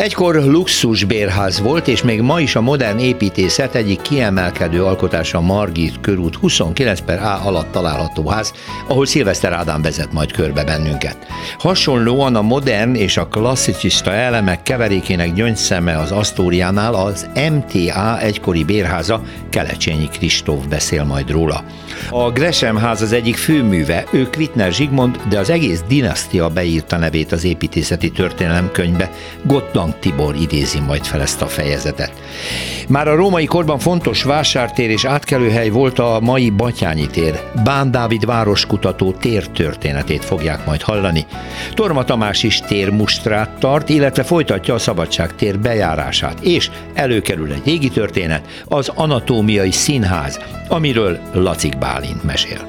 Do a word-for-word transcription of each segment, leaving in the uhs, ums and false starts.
Egykor luxusbérház volt, és még ma is a modern építészet egyik kiemelkedő alkotása a Margit körút huszonkilenc per A alatt található ház, ahol Szilveszter Ádám vezet majd körbe bennünket. Hasonlóan a modern és a klasszicista elemek keverékének gyöngyszeme az Asztóriánál az em té á egykori bérháza, Kelecsényi Kristóf beszél majd róla. A Gresham ház az egyik főműve, ő Krittner Zsigmond, de az egész dinasztia beírta nevét az építészeti történelemkönyvbe, Gotthard Tibor idézi majd fel ezt a fejezetet. Már a római korban fontos vásártér és átkelőhely volt a mai Batthyány tér. Bán Dávid városkutató tértörténetét fogják majd hallani. Torma Tamás is térmustrát tart, illetve folytatja a Szabadság tér bejárását, és előkerül egy régi történet, az Anatómiai Színház, amiről Lacik Bálint mesél.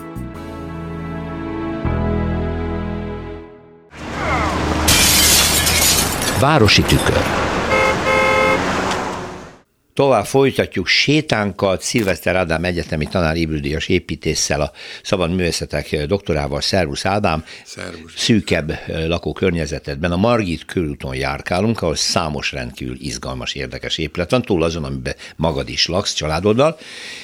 Városi tükör. Tovább folytatjuk sétánkat Szilveszter Ádám egyetemi tanár Ybl-díjas építésszel, a szabad művészetek doktorával. Szervusz Ádám! Szervusz! Szűkebb lakókörnyezetedben a Margit körúton járkálunk, ahol számos rendkívül izgalmas, érdekes épület van, túl azon, amiben magad is laksz családoddal.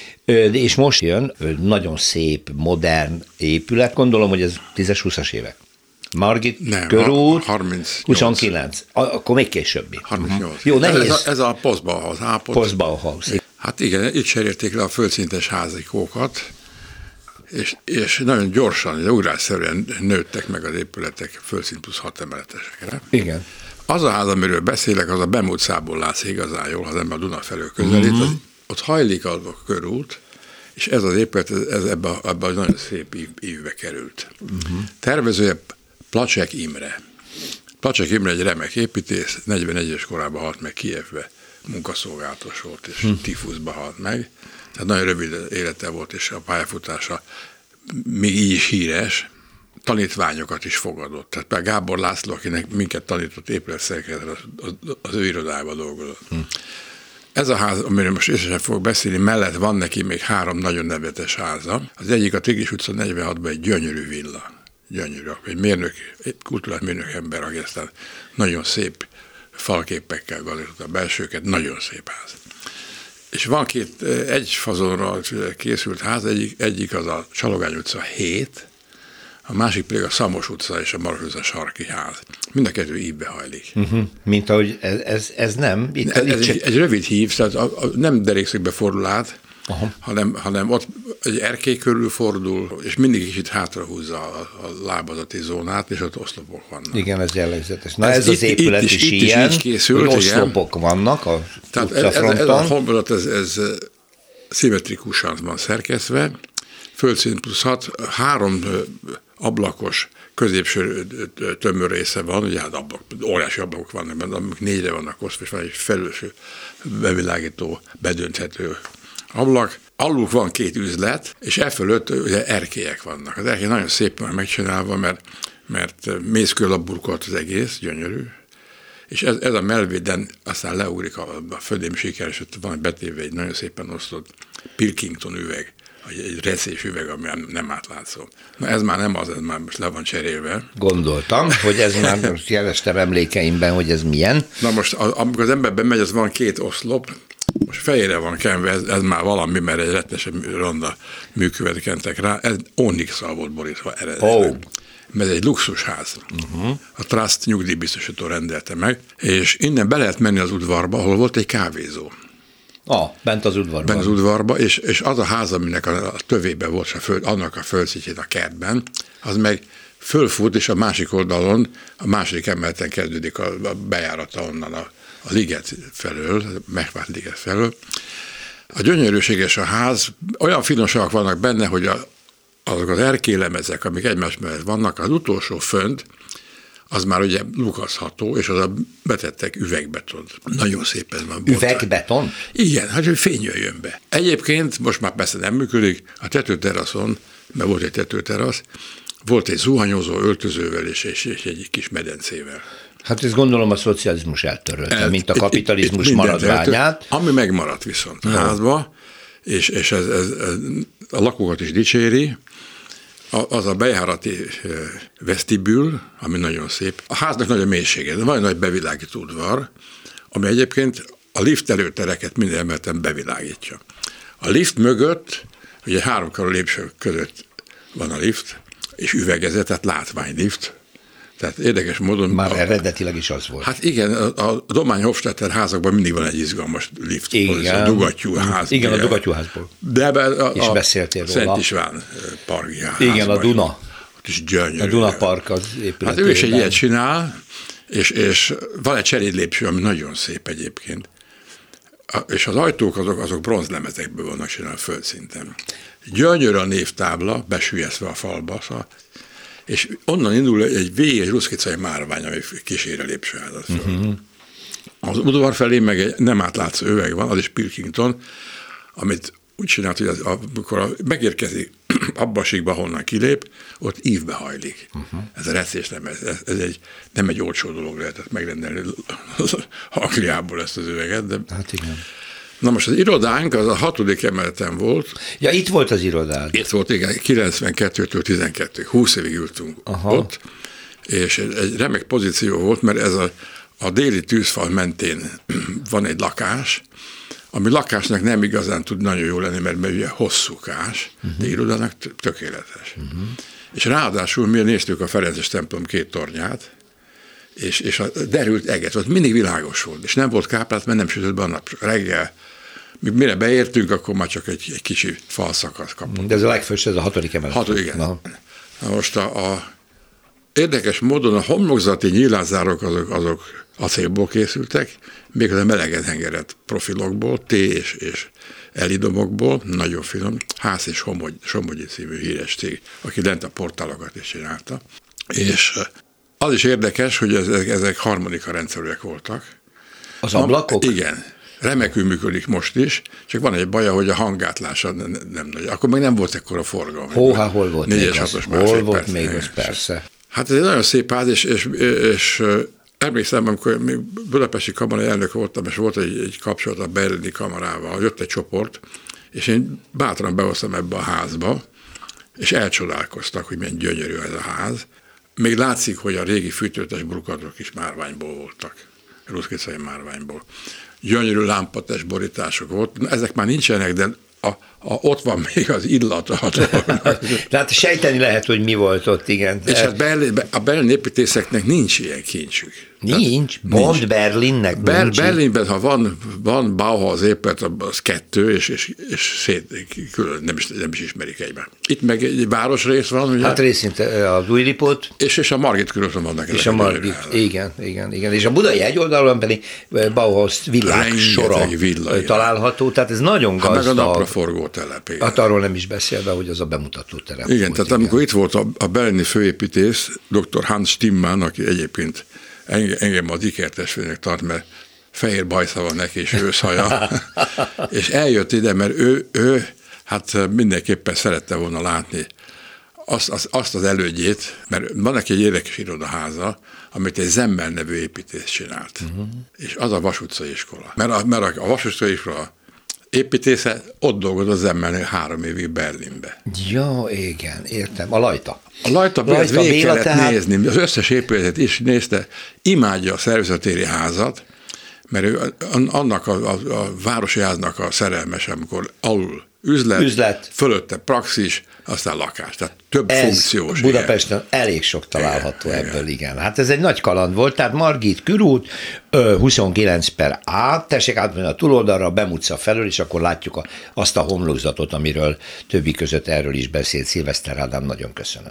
És most jön nagyon szép, modern épület, gondolom, hogy ez tízes-húszas évek. Margit Nem, körút, harmincnyolc. huszonkilenc. Akkor még későbbi. harmincnyolc. Jó, nehéz. Ez a, ez a Postbauhaus. Postbauhaus. Hát igen, itt cserélték le a földszintes házikókat, és, és nagyon gyorsan, ugrásszerűen nőttek meg az épületek földszint plusz hat emeletesekre. Igen. Az a ház, amiről beszélek, az a Bem utcából látszik igazán jól, ha az ember a Duna felől közelít. Uh-huh. Ott hajlik a körút, és ez az épület, ez ebbe, ebbe a nagyon szép ív, ívbe került. Uh-huh. Tervezője Placsek Imre. Placsek Imre egy remek építész, negyvenegy korában halt meg Kijevbe, munkaszolgálatos volt, és hm. tifuszba halt meg. Tehát nagyon rövid élete volt, és a pályafutása még így is híres, tanítványokat is fogadott. Tehát például Gábor László, akinek minket tanított épületszerkezetre, az, az ő irodájában dolgozott. Hm. Ez a ház, amiről most részesen fogok beszélni, mellett van neki még három nagyon nevetes háza. Az egyik a Tigris utca negyvenhatban egy gyönyörű villa. Gyönyörű. Egy mérnök, egy kultúrás mérnök ember, aki aztán nagyon szép falképekkel gazdagította a belsőket, nagyon szép ház. És van két, egy fazonra készült ház, egyik, egyik az a Csalogány utca hét, a másik pedig a Szamos utca és a Maros utca sarki ház. Mind a kettő ívbe hajlik. Uh-huh. Mint ahogy ez, ez, ez nem? Itt, ez, itt ez egy, egy rövid hív, tehát a, a, nem derékszögbe fordul át, hanem, hanem ott egy erkély körül fordul, és mindig kicsit hátrahúzza a, a lábazati zónát, és ott oszlopok vannak. Igen, ez jellegzetes. Na ez, ez itt, az épület itt is, is ilyen, is készült, hogy oszlopok igen. vannak a Tehát ez, ez a homlokzat, ez, ez szimmetrikusan van szerkesztve, földszint plusz hat, három ablakos, középső tömör része van, ugye hát ablak, óriási ablakok vannak benne, amik négyre vannak osztva, és van egy felülső bevilágító, bedönthető ablak. Alul van két üzlet, és e fölött ugye erkélyek vannak. Az erkély nagyon szépen megcsinálva, mert, mert mészkőlap burkolt az egész, gyönyörű, és ez, ez a melvéden aztán leugrik a, a földém siker, és ott van betéve egy nagyon szépen osztott Pilkington üveg, vagy egy recés üveg, ami nem átlátszó. Na ez már nem az, ez már most le van cserélve. Gondoltam, hogy ez már most jeleztem emlékeimben, hogy ez milyen. Na most, amikor az ember bemegy, az van két oszlop, most fejére van kenve, ez, ez már valami, mert egy rettesen ronda műkövet kentek rá, ez ónixal volt borítva eredetileg. Oh. Mert ez egy luxusház. Uh-huh. A Trust nyugdíjbiztosító rendelte meg, és innen be lehet menni az udvarba, ahol volt egy kávézó. Ah, bent az udvarban. Bent az udvarba, és, és az a ház, aminek a, a tövében volt a föld, annak a földszintjén a kertben, az meg fölfut, és a másik oldalon, a második emeleten kezdődik a, a bejárata onnan a, a liget felől, a Megvárt liget felől. A gyönyörűséges a ház, olyan finomságok vannak benne, hogy a, azok az erkélylemezek, amik egymás mellett vannak, az utolsó fönt, az már ugye lukaszható, és az a betettek üvegbetont. Nagyon szép ez van. Üvegbeton? Igen, hát hogy fény jöjjön be. Egyébként most már persze nem működik, a tetőteraszon, mert volt egy tetőterasz, volt egy zuhanyozó öltözővel és, és, és egy kis medencével. Hát ezt gondolom a szocializmus eltörölte, El, mint a kapitalizmus itt, maradványát. Eltör, ami megmaradt viszont a házba, és, és ez, ez, ez a lakókat is dicséri, az a bejárati vesztibül, ami nagyon szép. A háznak nagy a mélysége, de van egy nagy bevilágító udvar, ami egyébként a lift előtereket minden emeleten bevilágítja. A lift mögött, ugye háromkarú lépcső között van a lift, és üvegezett, tehát látványlift. Tehát érdekes módon... Már a, eredetileg is az volt. Hát igen, a, a Domány-Hofstetter házakban mindig van egy izgalmas lift. Igen. A dugattyú ház. Igen, a dugattyú házból. De a, a, és beszéltél róla. Szent István parki ház. Igen, a Duna. Ott is gyönyörű. A Duna park az épületében. Hát ő is egy ilyet csinál, és, és van egy cserédlépcső, ami nagyon szép egyébként. A, és az ajtók azok, azok bronzlemezekből vannak csinálva földszinten. Gyönyörű a névtábla, besüllyesztve a falba, szóval, és onnan indul egy végig egy ruszkicai márvány, ami kísér a lépcsőházat föl. Uh-huh. Az udvar felé meg egy nem átlátszó üveg van, az is Pilkington, amit úgy csinált, hogy az, amikor megérkezik abba a síkba, honnan kilép, ott ívbe hajlik. Uh-huh. Ez a recés nem, ez, ez egy, nem egy olcsó dolog lehetett megrendelni Angliából ezt az üveget. De... Hát igen. Na most az irodánk az a hatodik emeleten volt. Ja, itt volt az irodád. Itt volt, igen, kilencvenkettőtől tizenkettőig, húsz évig ültünk Aha. ott, és egy remek pozíció volt, mert ez a, a déli tűzfal mentén van egy lakás, ami lakásnak nem igazán tud nagyon jó lenni, mert, mert ugye hosszúkás, uh-huh. de irodának tökéletes. Uh-huh. És ráadásul mi néztük a Ferences templom két tornyát, és, és a derült eget, ott mindig világos volt, és nem volt káplát, mert nem sütött be a nap. Reggel, mire beértünk, akkor már csak egy, egy kicsi falszakaszt kapott. De ez a legfős, ez a hatodik emelet. Hatodik, igen. Na. Na most a, a érdekes módon a homlokzati nyílászárok azok, azok acélból készültek, még az a melegedhengeret profilokból, T és, és elidomokból, nagyon finom, Ház és Somogy, Somogyi című híres cég, aki lent a portálokat is csinálta. És az is érdekes, hogy ezek, ezek harmonika rendszerűek voltak. Az ablakok? Igen. Remekül működik most is, csak van egy baja, hogy a hangátlása nem, nem nagy. Akkor még nem volt ekkora forgalom. Hóhá, hol volt még az? Hol volt még az, persze. Hát ez egy nagyon szép ház, és, és, és emlékszem, amikor még budapesti kamarai elnök voltam, és volt egy, egy kapcsolat a berlini kamarával, jött egy csoport, és én bátran behoztam ebbe a házba, és elcsodálkoztak, hogy milyen gyönyörű ez a ház. Még látszik, hogy a régi fűtőtes brukatok is márványból voltak, ruszkicai márványból. Gyönyörű lámpates borítások volt, ezek már nincsenek, de a, a, ott van még az illata a dolognak. Tehát sejteni lehet, hogy mi volt ott, igen. És hát Berlin, a berlin építészeknek nincs ilyen kincsük. Nincs? Bond nincs. Berlinnek Ber, nincs. Berlinben, ha van, van Bauhaus épület, az kettő, és, és, és szét, külön, nem, is, nem is ismerik egyben. Itt meg egy városrész van, ugye? Hát részint az Újlipót. És, és a Margit körülön vannak. És a Margit, igen, igen, igen. És a budai hegyoldalon pedig Bauhaus világsora található, tehát ez nagyon gazdag. Hát meg a napraforgó telep. Igen. Hát arról nem is beszélve, hogy az a bemutató terep. Igen, volt, tehát igen. Amikor itt volt a, a berlini főépítész, doktor Hans Stimmann, aki egyébként engem, engem az ikertestvérnek tart, mert fehér bajsza van neki, és őszhaja, és eljött ide, mert ő, ő hát mindenképpen szerette volna látni azt az, azt az elődjét, mert van neki egy érdekes irodaháza, amit egy Zemmel nevű építész csinált. Uh-huh. És az a Vas utcai iskola. Mert a, mert a Vas utcai iskola építésze ott dolgozott Zemmelnél három évig Berlinbe. Ja, igen, értem. A Lajta. A Lajta, Lajta végig kellett tehát... nézni. Az összes épületet is nézte. Imádja a Szervezetéri házat, mert ő annak a, a, a városi háznak a szerelmes, amikor alul üzlet, üzlet. Fölötte praxis, aztán lakás. Tehát több ez funkciós. Budapesten igen. Elég sok található igen, ebből, igen. igen. Hát ez egy nagy kaland volt, tehát Margit körút, huszonkilenc per A, tessék átmenni a túloldalra, a Bem utca felől, és akkor látjuk a, azt a homlokzatot, amiről többi között erről is beszélt Szilveszter Ádám, nagyon köszönöm.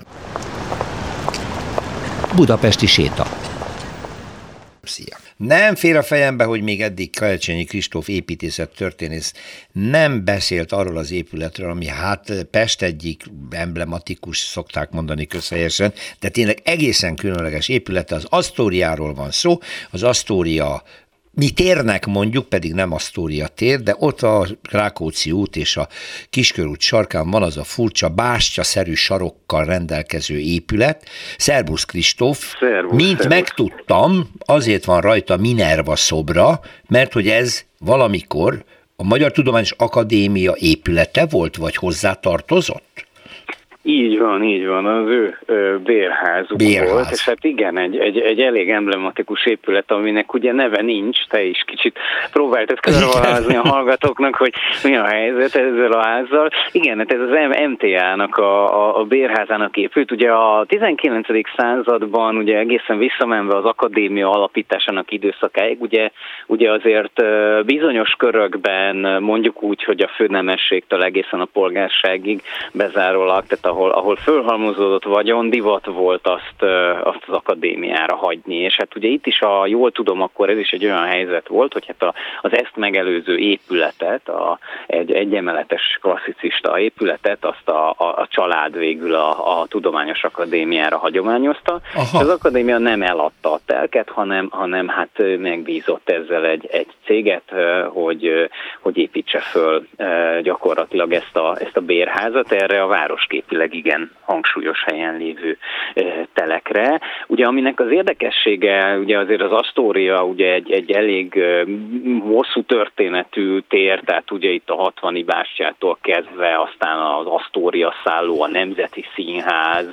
Budapesti séta. Szia! Nem fér a fejembe, hogy még eddig Kelecsényi Kristóf építészettörténész nem beszélt arról az épületről, ami hát Pest egyik emblematikus, szokták mondani közhelyesen, de tényleg egészen különleges épülete, az Asztóriáról van szó, az Asztória mi térnek mondjuk, pedig nem Asztória tér, de ott a Rákóczi út és a Kiskörút sarkán van az a furcsa bástya-szerű sarokkal rendelkező épület. Szerbusz Kristóf, szervusz, mint szervusz. Megtudtam, azért van rajta Minerva szobra, mert hogy ez valamikor a Magyar Tudományos Akadémia épülete volt, vagy hozzá tartozott? Így van, így van, az ő ö, bérházuk Bérház. volt, és hát igen, egy, egy, egy elég emblematikus épület, aminek ugye neve nincs, te is kicsit próbáltad körülbelül a hallgatóknak, hogy mi a helyzet ezzel a házzal. Igen, hát ez az em té á-nak a, a, a bérházának épült, ugye a tizenkilencedik században, ugye egészen visszamenve az akadémia alapításának időszakáig, ugye, ugye azért bizonyos körökben, mondjuk úgy, hogy a főnemességtől egészen a polgárságig bezárólag, tehát ahol, ahol fölhalmozódott vagyon, divat volt azt, azt az akadémiára hagyni. És hát ugye itt is, a, jól tudom, akkor ez is egy olyan helyzet volt, hogy hát a, az ezt megelőző épületet, a, egy egyemeletes klasszicista épületet, azt a, a, a család végül a, a Tudományos Akadémiára hagyományozta. Aha. És az akadémia nem eladta a telket, hanem, hanem hát megbízott ezzel egy, egy céget, hogy, hogy építse föl gyakorlatilag ezt a, ezt a bérházat erre a városképileg igen hangsúlyos helyen lévő telekre. Ugye aminek az érdekessége, ugye azért az Astoria ugye egy, egy elég hosszú történetű tér, tehát ugye itt a hatvani bástyától kezdve, aztán az Astoria szálló, a Nemzeti Színház,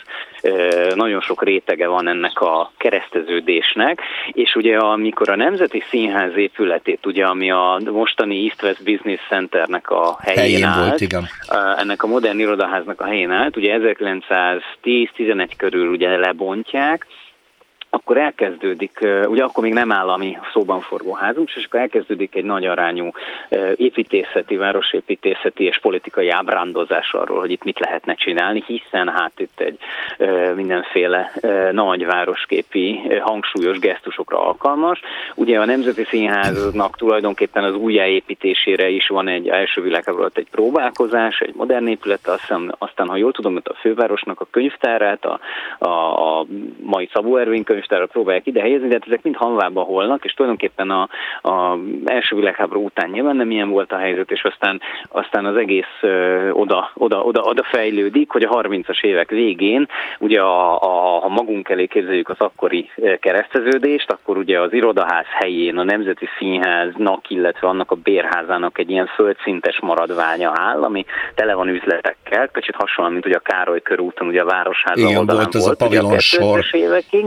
nagyon sok rétege van ennek a kereszteződésnek, és ugye amikor a Nemzeti Színház épületét, ugye ami a mostani East West Business Centernek a helyén, helyén állt, volt, igen. Ennek a modern irodaháznak a helyén állt, ugye ezerkilencszáztíz-tizenegy körül ugye lebontják, akkor elkezdődik, ugye akkor még nem állami szóban forgó házunk, és akkor elkezdődik egy nagy arányú építészeti, városépítészeti és politikai ábrándozás arról, hogy itt mit lehetne csinálni, hiszen hát itt egy mindenféle nagy városképi hangsúlyos gesztusokra alkalmas. Ugye a Nemzeti Színháznak tulajdonképpen az újjáépítésére is van egy első világháború alatt egy próbálkozás, egy modern épület, aztán, aztán ha jól tudom, a fővárosnak a könyvtárát, a, a, a mai Szabó Ervin könyv próbálják ide helyezni, de ezek mind hanvába holnak, és tulajdonképpen a, a első világháború után nyilván nem ilyen volt a helyzet, és aztán, aztán az egész ö, oda, oda, oda, oda fejlődik, hogy a harmincas évek végén, ugye a, a, ha magunk elé képzeljük az akkori kereszteződést, akkor ugye az irodaház helyén a Nemzeti Színháznak, illetve annak a bérházának egy ilyen földszintes maradványa áll, ami tele van üzletekkel, kicsit hasonlóan, mint ugye a Károly körúton, ugye a Városháza oldalán volt, az volt, a pavilonsor. Évekig.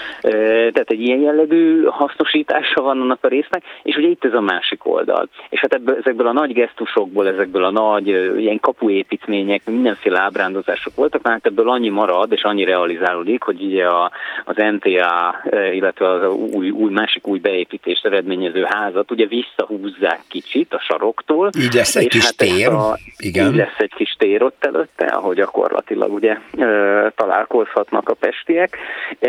Tehát egy ilyen jellegű hasznosítása van annak a résznek, és ugye itt ez a másik oldal. És hát ebből, ezekből a nagy gesztusokból, ezekből a nagy ilyen kapuépítmények, mindenféle ábrándozások voltak, hát ebből annyi marad, és annyi realizálódik, hogy ugye a, az en té á, illetve az új, új, másik új beépítést eredményező házat ugye visszahúzzák kicsit a saroktól. Így lesz egy kis hát tér. A, Igen. Így lesz egy kis tér ott előtte, ahol gyakorlatilag ugye találkozhatnak a pestiek.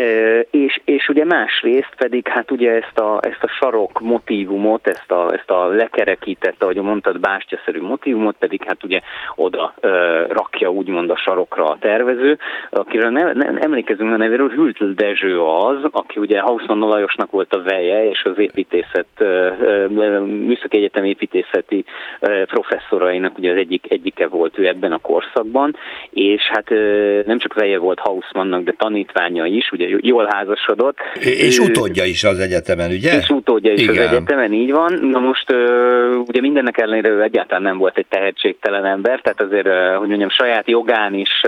És, és ugye másrészt pedig hát ugye ezt a, ezt a sarok motívumot, ezt a, ezt a lekerekített, ahogy mondtad, bástyaszerű motívumot pedig hát ugye oda ö, rakja úgymond a sarokra a tervező, akiről ne, ne, emlékezünk a nevéről, Hültl Dezső az, aki ugye Hausmann Lajosnak volt a veje, és az építészet, ö, ö, Műszaki Egyetem építészeti ö, professzorainak ugye az egyik, egyike volt ő ebben a korszakban, és hát ö, nem csak veje volt Hausmannnak, de tanítványa is, ugye jól házasodott. És utódja is az egyetemen, ugye? És utódja is Igen. az egyetemen, így van. Na most ugye mindennek ellenére ő egyáltalán nem volt egy tehetségtelen ember, tehát azért, hogy mondjam, saját jogán is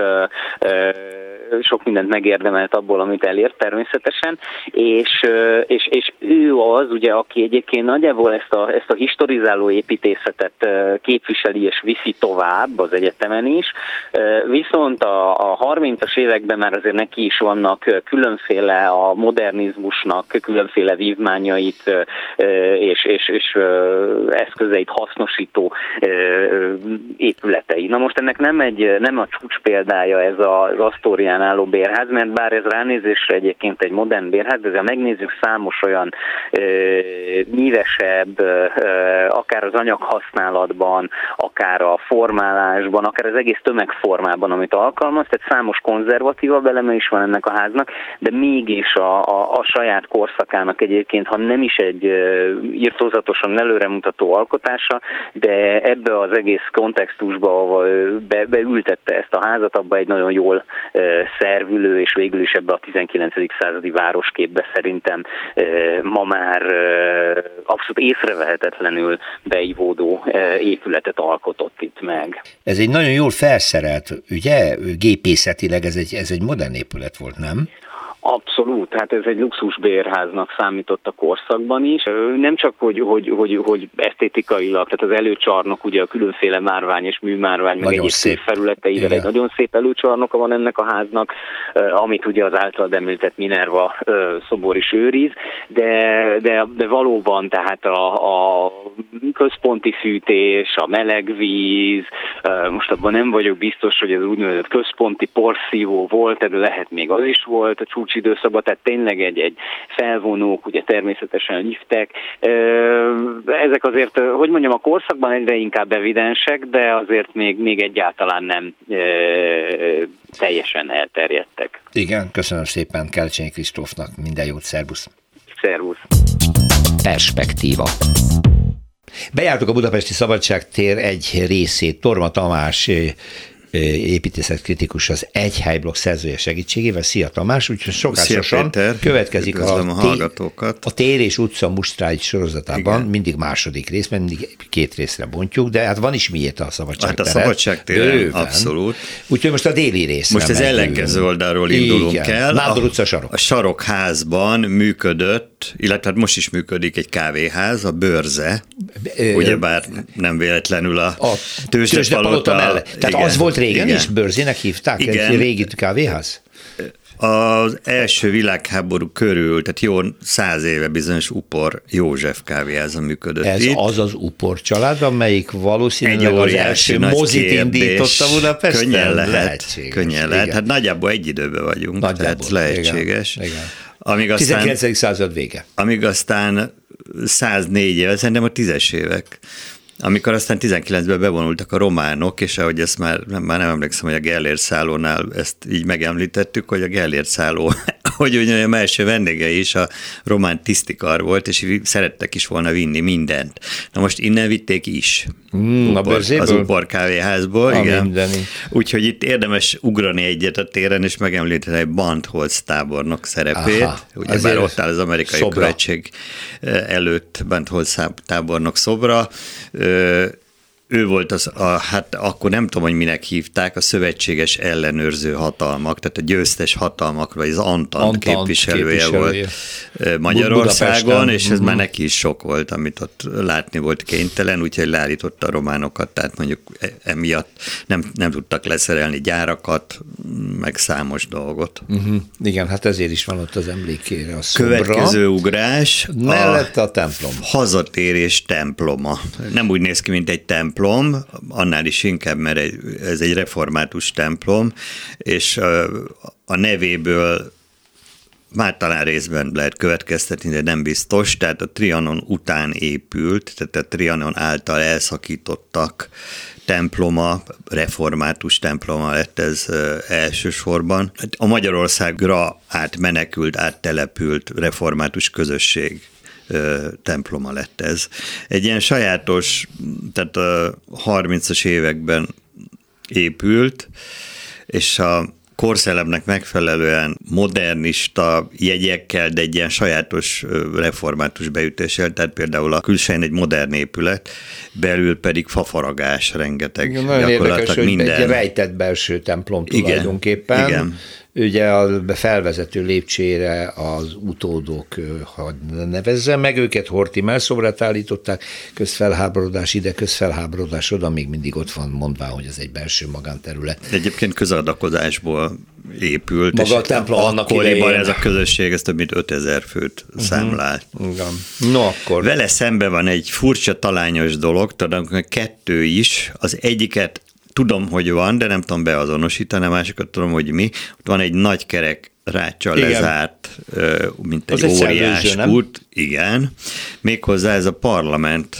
sok mindent megérdemelt abból, amit elért természetesen, és, és, és ő az, ugye, aki egyébként nagyjából ezt a, ezt a historizáló építészetet képviseli és viszi tovább az egyetemen is, viszont a, a harmincas években már azért neki is vannak különféle a modernizmusnak, különféle vívmányait és, és, és eszközeit hasznosító épületei. Na most ennek nem, egy, nem a csúcs példája ez az Astorián álló bérház, mert bár ez ránézésre egyébként egy modern bérház, de ha megnézzük, számos olyan ö, mívesebb, ö, akár az anyaghasználatban, akár a formálásban, akár az egész tömegformában, amit alkalmaz, tehát számos konzervatívabb eleme is van ennek a háznak, de mégis a, a, a saját korszakának egyébként, ha nem is egy irtózatosan előremutató alkotása, de ebbe az egész kontextusba be, beültette ezt a házat, abba egy nagyon jól szervülő, és végül is ebbe a tizenkilencedik századi városképbe szerintem ma már abszolút észrevehetetlenül beivódó épületet alkotott itt meg. Ez egy nagyon jól felszerelt, ugye, gépészetileg ez egy, ez egy modern épület volt, nem? Abszolút, hát ez egy luxusbérháznak számított a korszakban is. Nem csak, hogy, hogy, hogy, hogy esztétikailag, tehát az előcsarnok, ugye a különféle márvány és műmárvány, meg egyéb szép felületeivel egy nagyon szép előcsarnoka van ennek a háznak, amit ugye az által említett Minerva szobor is őriz, de, de, de valóban tehát a, a központi fűtés, a meleg víz, most abban nem vagyok biztos, hogy ez úgynevezett központi porszívó volt, de lehet még az is volt a csúcsidőszakban, tehát tényleg egy, egy felvonók, ugye természetesen liftek. Ezek azért, hogy mondjam, a korszakban egyre inkább evidensek, de azért még, még egyáltalán nem e, teljesen elterjedtek. Igen, köszönöm szépen Kelcsényi Kristófnak, minden jót, szervusz! Szervusz! Perspektíva. Bejártuk a Budapesti Szabadságtér egy részét, Torma Tamás építészetkritikus az Egy Helyblokk szerzője segítségével. Szia Tamás, úgyhogy szokásosan következik a, a, a Tér és utca mustrágy sorozatában. Igen. Mindig második rész, mert mindig két részre bontjuk, de hát van is miért a Szabadságtér. Hát a Szabadságtér, abszolút. Úgyhogy most a déli részre Most az ellenkező oldalról indulunk Igen. el. Nándor utca sarok. A Sarokházban működött, illetve most is működik egy kávéház, a Bőrze, ugyebár nem véletlenül a, a Tőzsdepalota mellett. Tehát igen. Az volt régen igen. is, Bőrzének hívták? Igen. Egy régi kávéház? Az első világháború körül, tehát jó száz éve bizonyos Upor József kávéháza működött Ez itt. az az Upor család, amelyik valószínűleg az első mozit kérdés. indította Budapesten? Könnyen lehet, lehetséges. Könnyen lehet. Hát nagyjából egy időben vagyunk, nagyjából. Tehát lehetséges. Igen. Igen. Amíg aztán, tizenkilencedik század vége. Amíg aztán száznégy éve, szerintem a tízes évek, amikor aztán tizenkilencben bevonultak a románok, és ahogy ezt már, már nem emlékszem, hogy a Gellért szállónál ezt így megemlítettük, hogy a Gellért szálló, hogy ugye a első vendége is a román tisztikar volt, és szerettek is volna vinni mindent. Na most innen vitték is. Mm, Upor, az Upor kávéházból. A igen. Mindeni. Úgyhogy itt érdemes ugrani egyet a téren, és megemlíteni egy Bantholz tábornok szerepét. Aha, ugye bár ott áll az amerikai szobra. Követség előtt Bantholz tábornok szobra. Ő volt az, a, hát akkor nem tudom, hogy minek hívták, a szövetséges ellenőrző hatalmak, tehát a győztes hatalmak, vagy az Antant, Antant képviselője, képviselője volt Magyarországon, Budapesten. És ez uh-huh. már neki is sok volt, amit ott látni volt kénytelen, úgyhogy leállította a románokat, tehát mondjuk emiatt nem, nem tudtak leszerelni gyárakat, meg számos dolgot. Uh-huh. Igen, hát ezért is van ott az emlékére a szobra. Következő ugrás. Mellette a, a templom. Hazatérés temploma. Nem úgy néz ki, mint egy templom, annál is inkább, mert ez egy református templom, és a nevéből már talán részben lehet következtetni, de nem biztos, tehát a Trianon után épült, tehát a Trianon által elszakítottak temploma, református temploma lett ez elsősorban. A Magyarországra átmenekült, áttelepült református közösség temploma lett ez. Egy ilyen sajátos, tehát a harmincas években épült, és a korszellemnek megfelelően modernista jegyekkel, de egy ilyen sajátos református beütéssel, tehát például a külsején egy modern épület, belül pedig fafaragás rengeteg. Igen, nagyon érdekes, hogy minden. Egy rejtett belső templom tulajdonképpen. Igen. Ugye a felvezető lépcsére az utódok, ha nevezzem meg őket, Horthy szobrát állították, közfelháborodás ide, közfelháborodás oda, még mindig ott van mondván, hogy ez egy belső magánterület. Egyébként közadakozásból épült, maga és a templom annak idején ez a közösség, ez több mint ötezer főt uh-huh. számlál. Igen. No, akkor. Vele szemben van egy furcsa talányos dolog, tudom, kettő is, az egyiket tudom, hogy van, de nem tudom beazonosítani, a másikat tudom, hogy mi. Ott van egy nagy kerek ráccsal lezárt, mint egy, egy óriás út. Igen. Méghozzá ez a parlament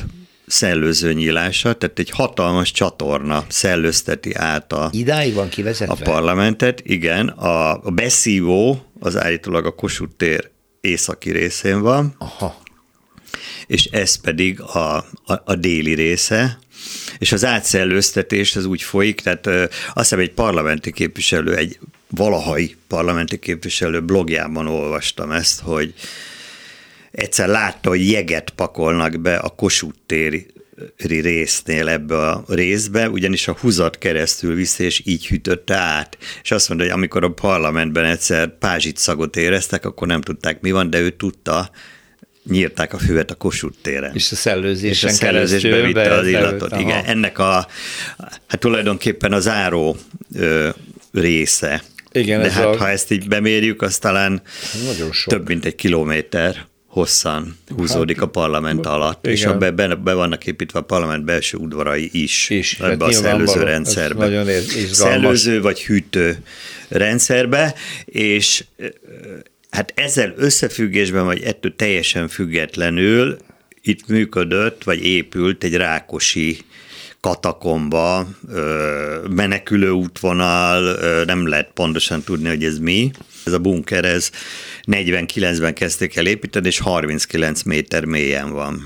szellőző nyílása, tehát egy hatalmas csatorna szellőzteti át a, Idáig van kivezetve? a parlamentet. Igen, a, a beszívó az állítólag a Kossuth tér északi részén van, Aha. és ez pedig a, a, a déli része, és az átszellőztetés az úgy folyik, tehát ö, azt hiszem egy parlamenti képviselő, egy valahai parlamenti képviselő blogjában olvastam ezt, hogy egyszer látta, hogy jeget pakolnak be a Kossuth téri résznél ebbe a részbe, ugyanis a húzat keresztül vissza, és így hűtötte át. És azt mondta, hogy amikor a parlamentben egyszer pázsitszagot éreztek, akkor nem tudták, mi van, de ő tudta, nyírták a füvet a Kossuth téren. És a szellőzésen és a szellőzésbe vitte az illatot. Aha. Igen, ennek a, hát tulajdonképpen a záró ö, része. Igen, de ez hát a... ha ezt így bemerjük, az talán Nagyon sok. több mint egy kilométer hosszan húzódik hát, a parlament alatt, igen. És a be, be, be vannak építve a parlament belső udvarai is, is ebbe a szellőző rendszerbe. Nagyon izgalmas. Szellőző vagy hűtő rendszerbe, és hát ezzel összefüggésben, vagy ettől teljesen függetlenül itt működött, vagy épült egy rákosi katakomba, menekülő útvonal, nem lehet pontosan tudni, hogy ez mi. Ez a bunker, ez negyvenkilencben kezdték el építeni, és harminckilenc méter mélyen van.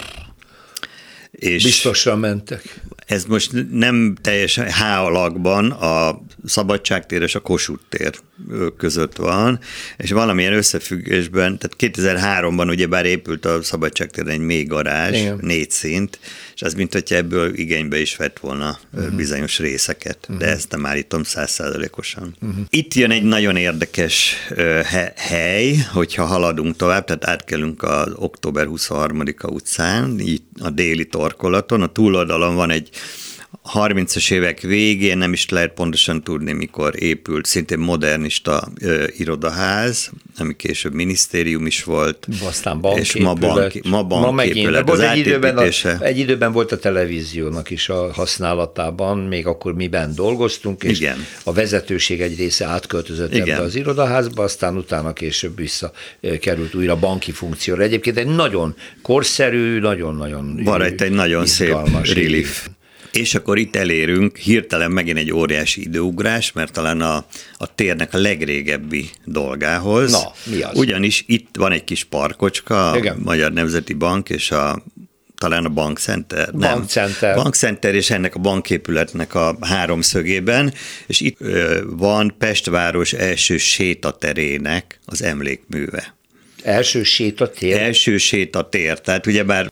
És biztosra mentek. Ez most nem teljesen H alakban a Szabadságtér és a Kossuth tér között van, és valamilyen összefüggésben, tehát kétezer-háromban ugyebár épült a Szabadságtéren egy mély garázs, igen. négy szint, és az mint hogyha ebből igénybe is vett volna uh-huh. bizonyos részeket, uh-huh. de ezt nem állítom százszázalékosan. Uh-huh. Itt jön egy nagyon érdekes uh, hely, hogyha haladunk tovább, tehát átkelünk az október huszonharmadika utcán, így a déli torkolaton, a túloldalon van egy harmincas évek végén, nem is lehet pontosan tudni, mikor épült, szintén modernista ö, irodaház, ami később minisztérium is volt. Aztán banképület. És ma, bank, ma banképület. Az egy időben, a, egy időben volt a televíziónak is a használatában, még akkor miben dolgoztunk, és igen. a vezetőség egy része átköltözött igen. ebbe az irodaházba, aztán utána később visszakerült újra banki funkcióra. Egyébként egy nagyon korszerű, nagyon-nagyon van egy, egy nagyon szép relief. És akkor itt elérünk hirtelen megint egy óriási időugrás, mert talán a, a térnek a legrégebbi dolgához. Na, mi az? Ugyanis itt van egy kis parkocska, igen. a Magyar Nemzeti Bank és a talán a Bankcenter. Bankcenter. Bankcenter és ennek a banképületnek a háromszögében, és itt ö, van Pestváros első sétaterének az emlékműve. Első sétatér? Első sétatér, tehát ugyebár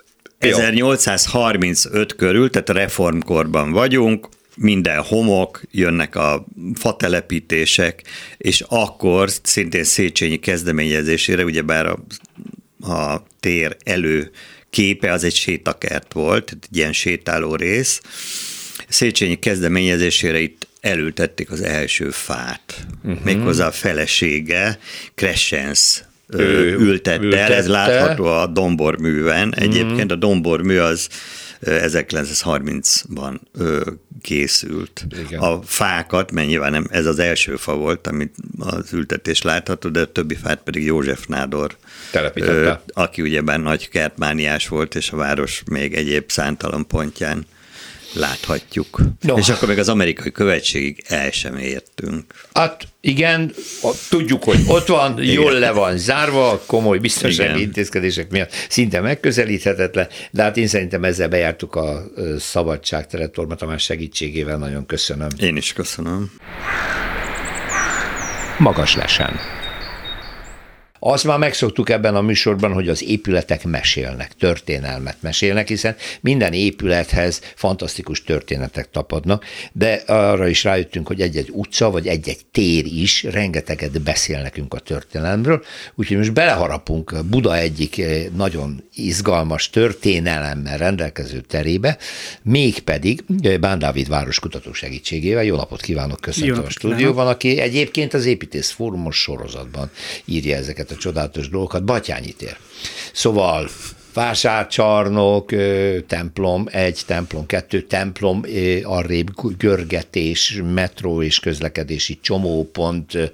ezernyolcszázharmincöt körül, tehát a reformkorban vagyunk, minden homok, jönnek a fatelepítések, és akkor szintén Széchenyi kezdeményezésére, ugyebár a, a tér elő képe az egy sétakert volt, egy ilyen sétáló rész. Széchenyi kezdeményezésére itt elültették az első fát, uh-huh. méghozzá a felesége, Crescens Ő, ültette, ültette el, ez látható a domborműven. Egyébként a dombormű az ezerkilencszázharmincban készült. Igen. A fákat, mert nyilván nem, ez az első fa volt, amit az ültetés látható, de a többi fát pedig József Nádor telepítette, aki ugyebár nagy kertmániás volt, és a város még egyéb számtalan pontján láthatjuk. No. És akkor még az amerikai követségig el sem értünk. Hát igen, tudjuk, hogy ott van, jól le van zárva, komoly biztonsági intézkedések miatt szinte megközelíthetetlen, de hát én szerintem ezzel bejártuk a Szabadságteret. Torma Tamás segítségével, nagyon köszönöm. Én is köszönöm. Magas lesen. Azt már megszoktuk ebben a műsorban, hogy az épületek mesélnek, történelmet mesélnek, hiszen minden épülethez fantasztikus történetek tapadnak, de arra is rájöttünk, hogy egy-egy utca, vagy egy-egy tér is rengeteget beszél nekünk a történelemről, úgyhogy most beleharapunk Buda egyik nagyon izgalmas történelemmel rendelkező terébe, mégpedig Bán Dávid városkutató segítségével. Jó napot kívánok, köszöntöm a stúdióban, aki egyébként az Építész Fórumos sorozatban írja ezeket a csodálatos dolgokat. Batthyány tér. Szóval Vásárcsarnok, templom egy, templom kettő, templom arrébb görgetés, metró és közlekedési csomópont,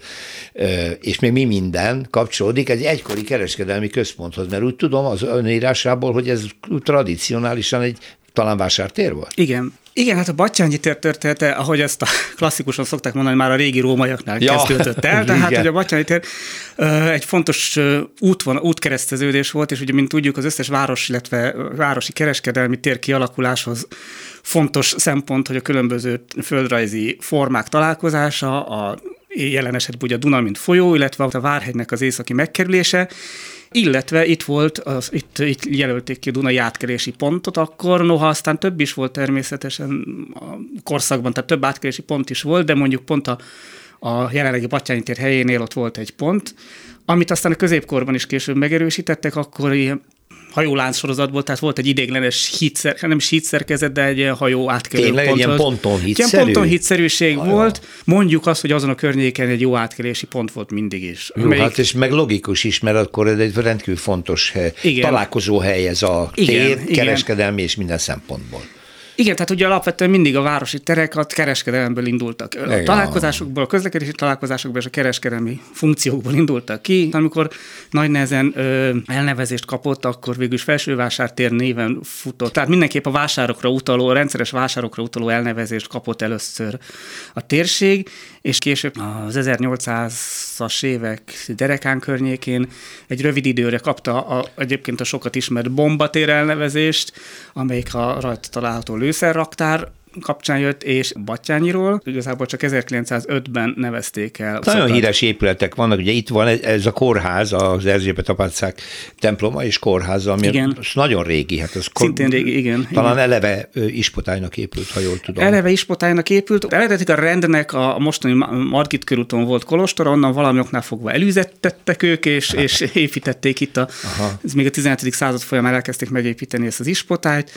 és még mi minden kapcsolódik egy egykori kereskedelmi központhoz, mert úgy tudom az önírásából, hogy ez tradicionálisan egy talán vásártér volt? Igen. Igen, hát a Batthyány tér története, ahogy ezt a klasszikusan szokták mondani, már a régi rómaiaknál ja, kezdődött el, tehát hogy a Batthyány tér egy fontos útvon, útkereszteződés volt, és ugye, mint tudjuk, az összes város, illetve városi kereskedelmi tér kialakuláshoz fontos szempont, hogy a különböző földrajzi formák találkozása, a jelen esetben ugye a Duna, mint folyó, illetve a Várhegynek az északi megkerülése, illetve itt volt, az, itt, itt jelölték ki a Dunai átkelési pontot akkor, noha aztán több is volt természetesen a korszakban, tehát több átkelési pont is volt, de mondjuk pont a, a jelenlegi Batthyány tér helyénél ott volt egy pont, amit aztán a középkorban is később megerősítettek, akkor ilyen hajólánc sorozatból, tehát volt egy idéglenes hídszer, nem is hídszerkezet, de egy ilyen hajó átkelő Tényleg pont. Tényleg egy ilyen pontonhídszerű? Ilyen pontonhídszerűség volt. Mondjuk azt, hogy azon a környéken egy jó átkelési pont volt mindig is. Jó, amelyik... hát és meg logikus is, mert akkor ez egy rendkívül fontos igen. találkozó hely ez a tér, igen, kereskedelmi igen. és minden szempontból. Igen, tehát ugye alapvetően mindig a városi terek a kereskedelemből indultak. A ja. találkozásokból, a közlekedési találkozásokból és a kereskedelmi funkciókból indultak ki. Amikor nagy nehezen ö, elnevezést kapott, akkor végül is Felsővásártér néven futott. Tehát mindenképp a vásárokra utaló, a rendszeres vásárokra utaló elnevezést kapott először a térség, és később az ezernyolcszázas évek derekán környékén egy rövid időre kapta a, egyébként a sokat ismert Bombatér elnevezést, amelyik a rajta található lőszerraktár kapcsán jött, és Batthyányiról igazából csak ezerkilencszázötben nevezték el. Nagyon szokat. Híres épületek vannak, ugye itt van ez a kórház, az Erzsébet apácák temploma és kórháza, ami igen. nagyon régi. Hát az szintén régi, igen. Talán igen. eleve ispotálynak épült, ha jól tudom. Eleve ispotálynak épült. Eredetileg a rendnek a mostani Margit körúton volt kolostor, onnan valamioknál fogva elűzettettek ők, és, és építették itt a, ez még a tizenhetedik század folyamán elkezdték megépíteni ezt az ispotályt.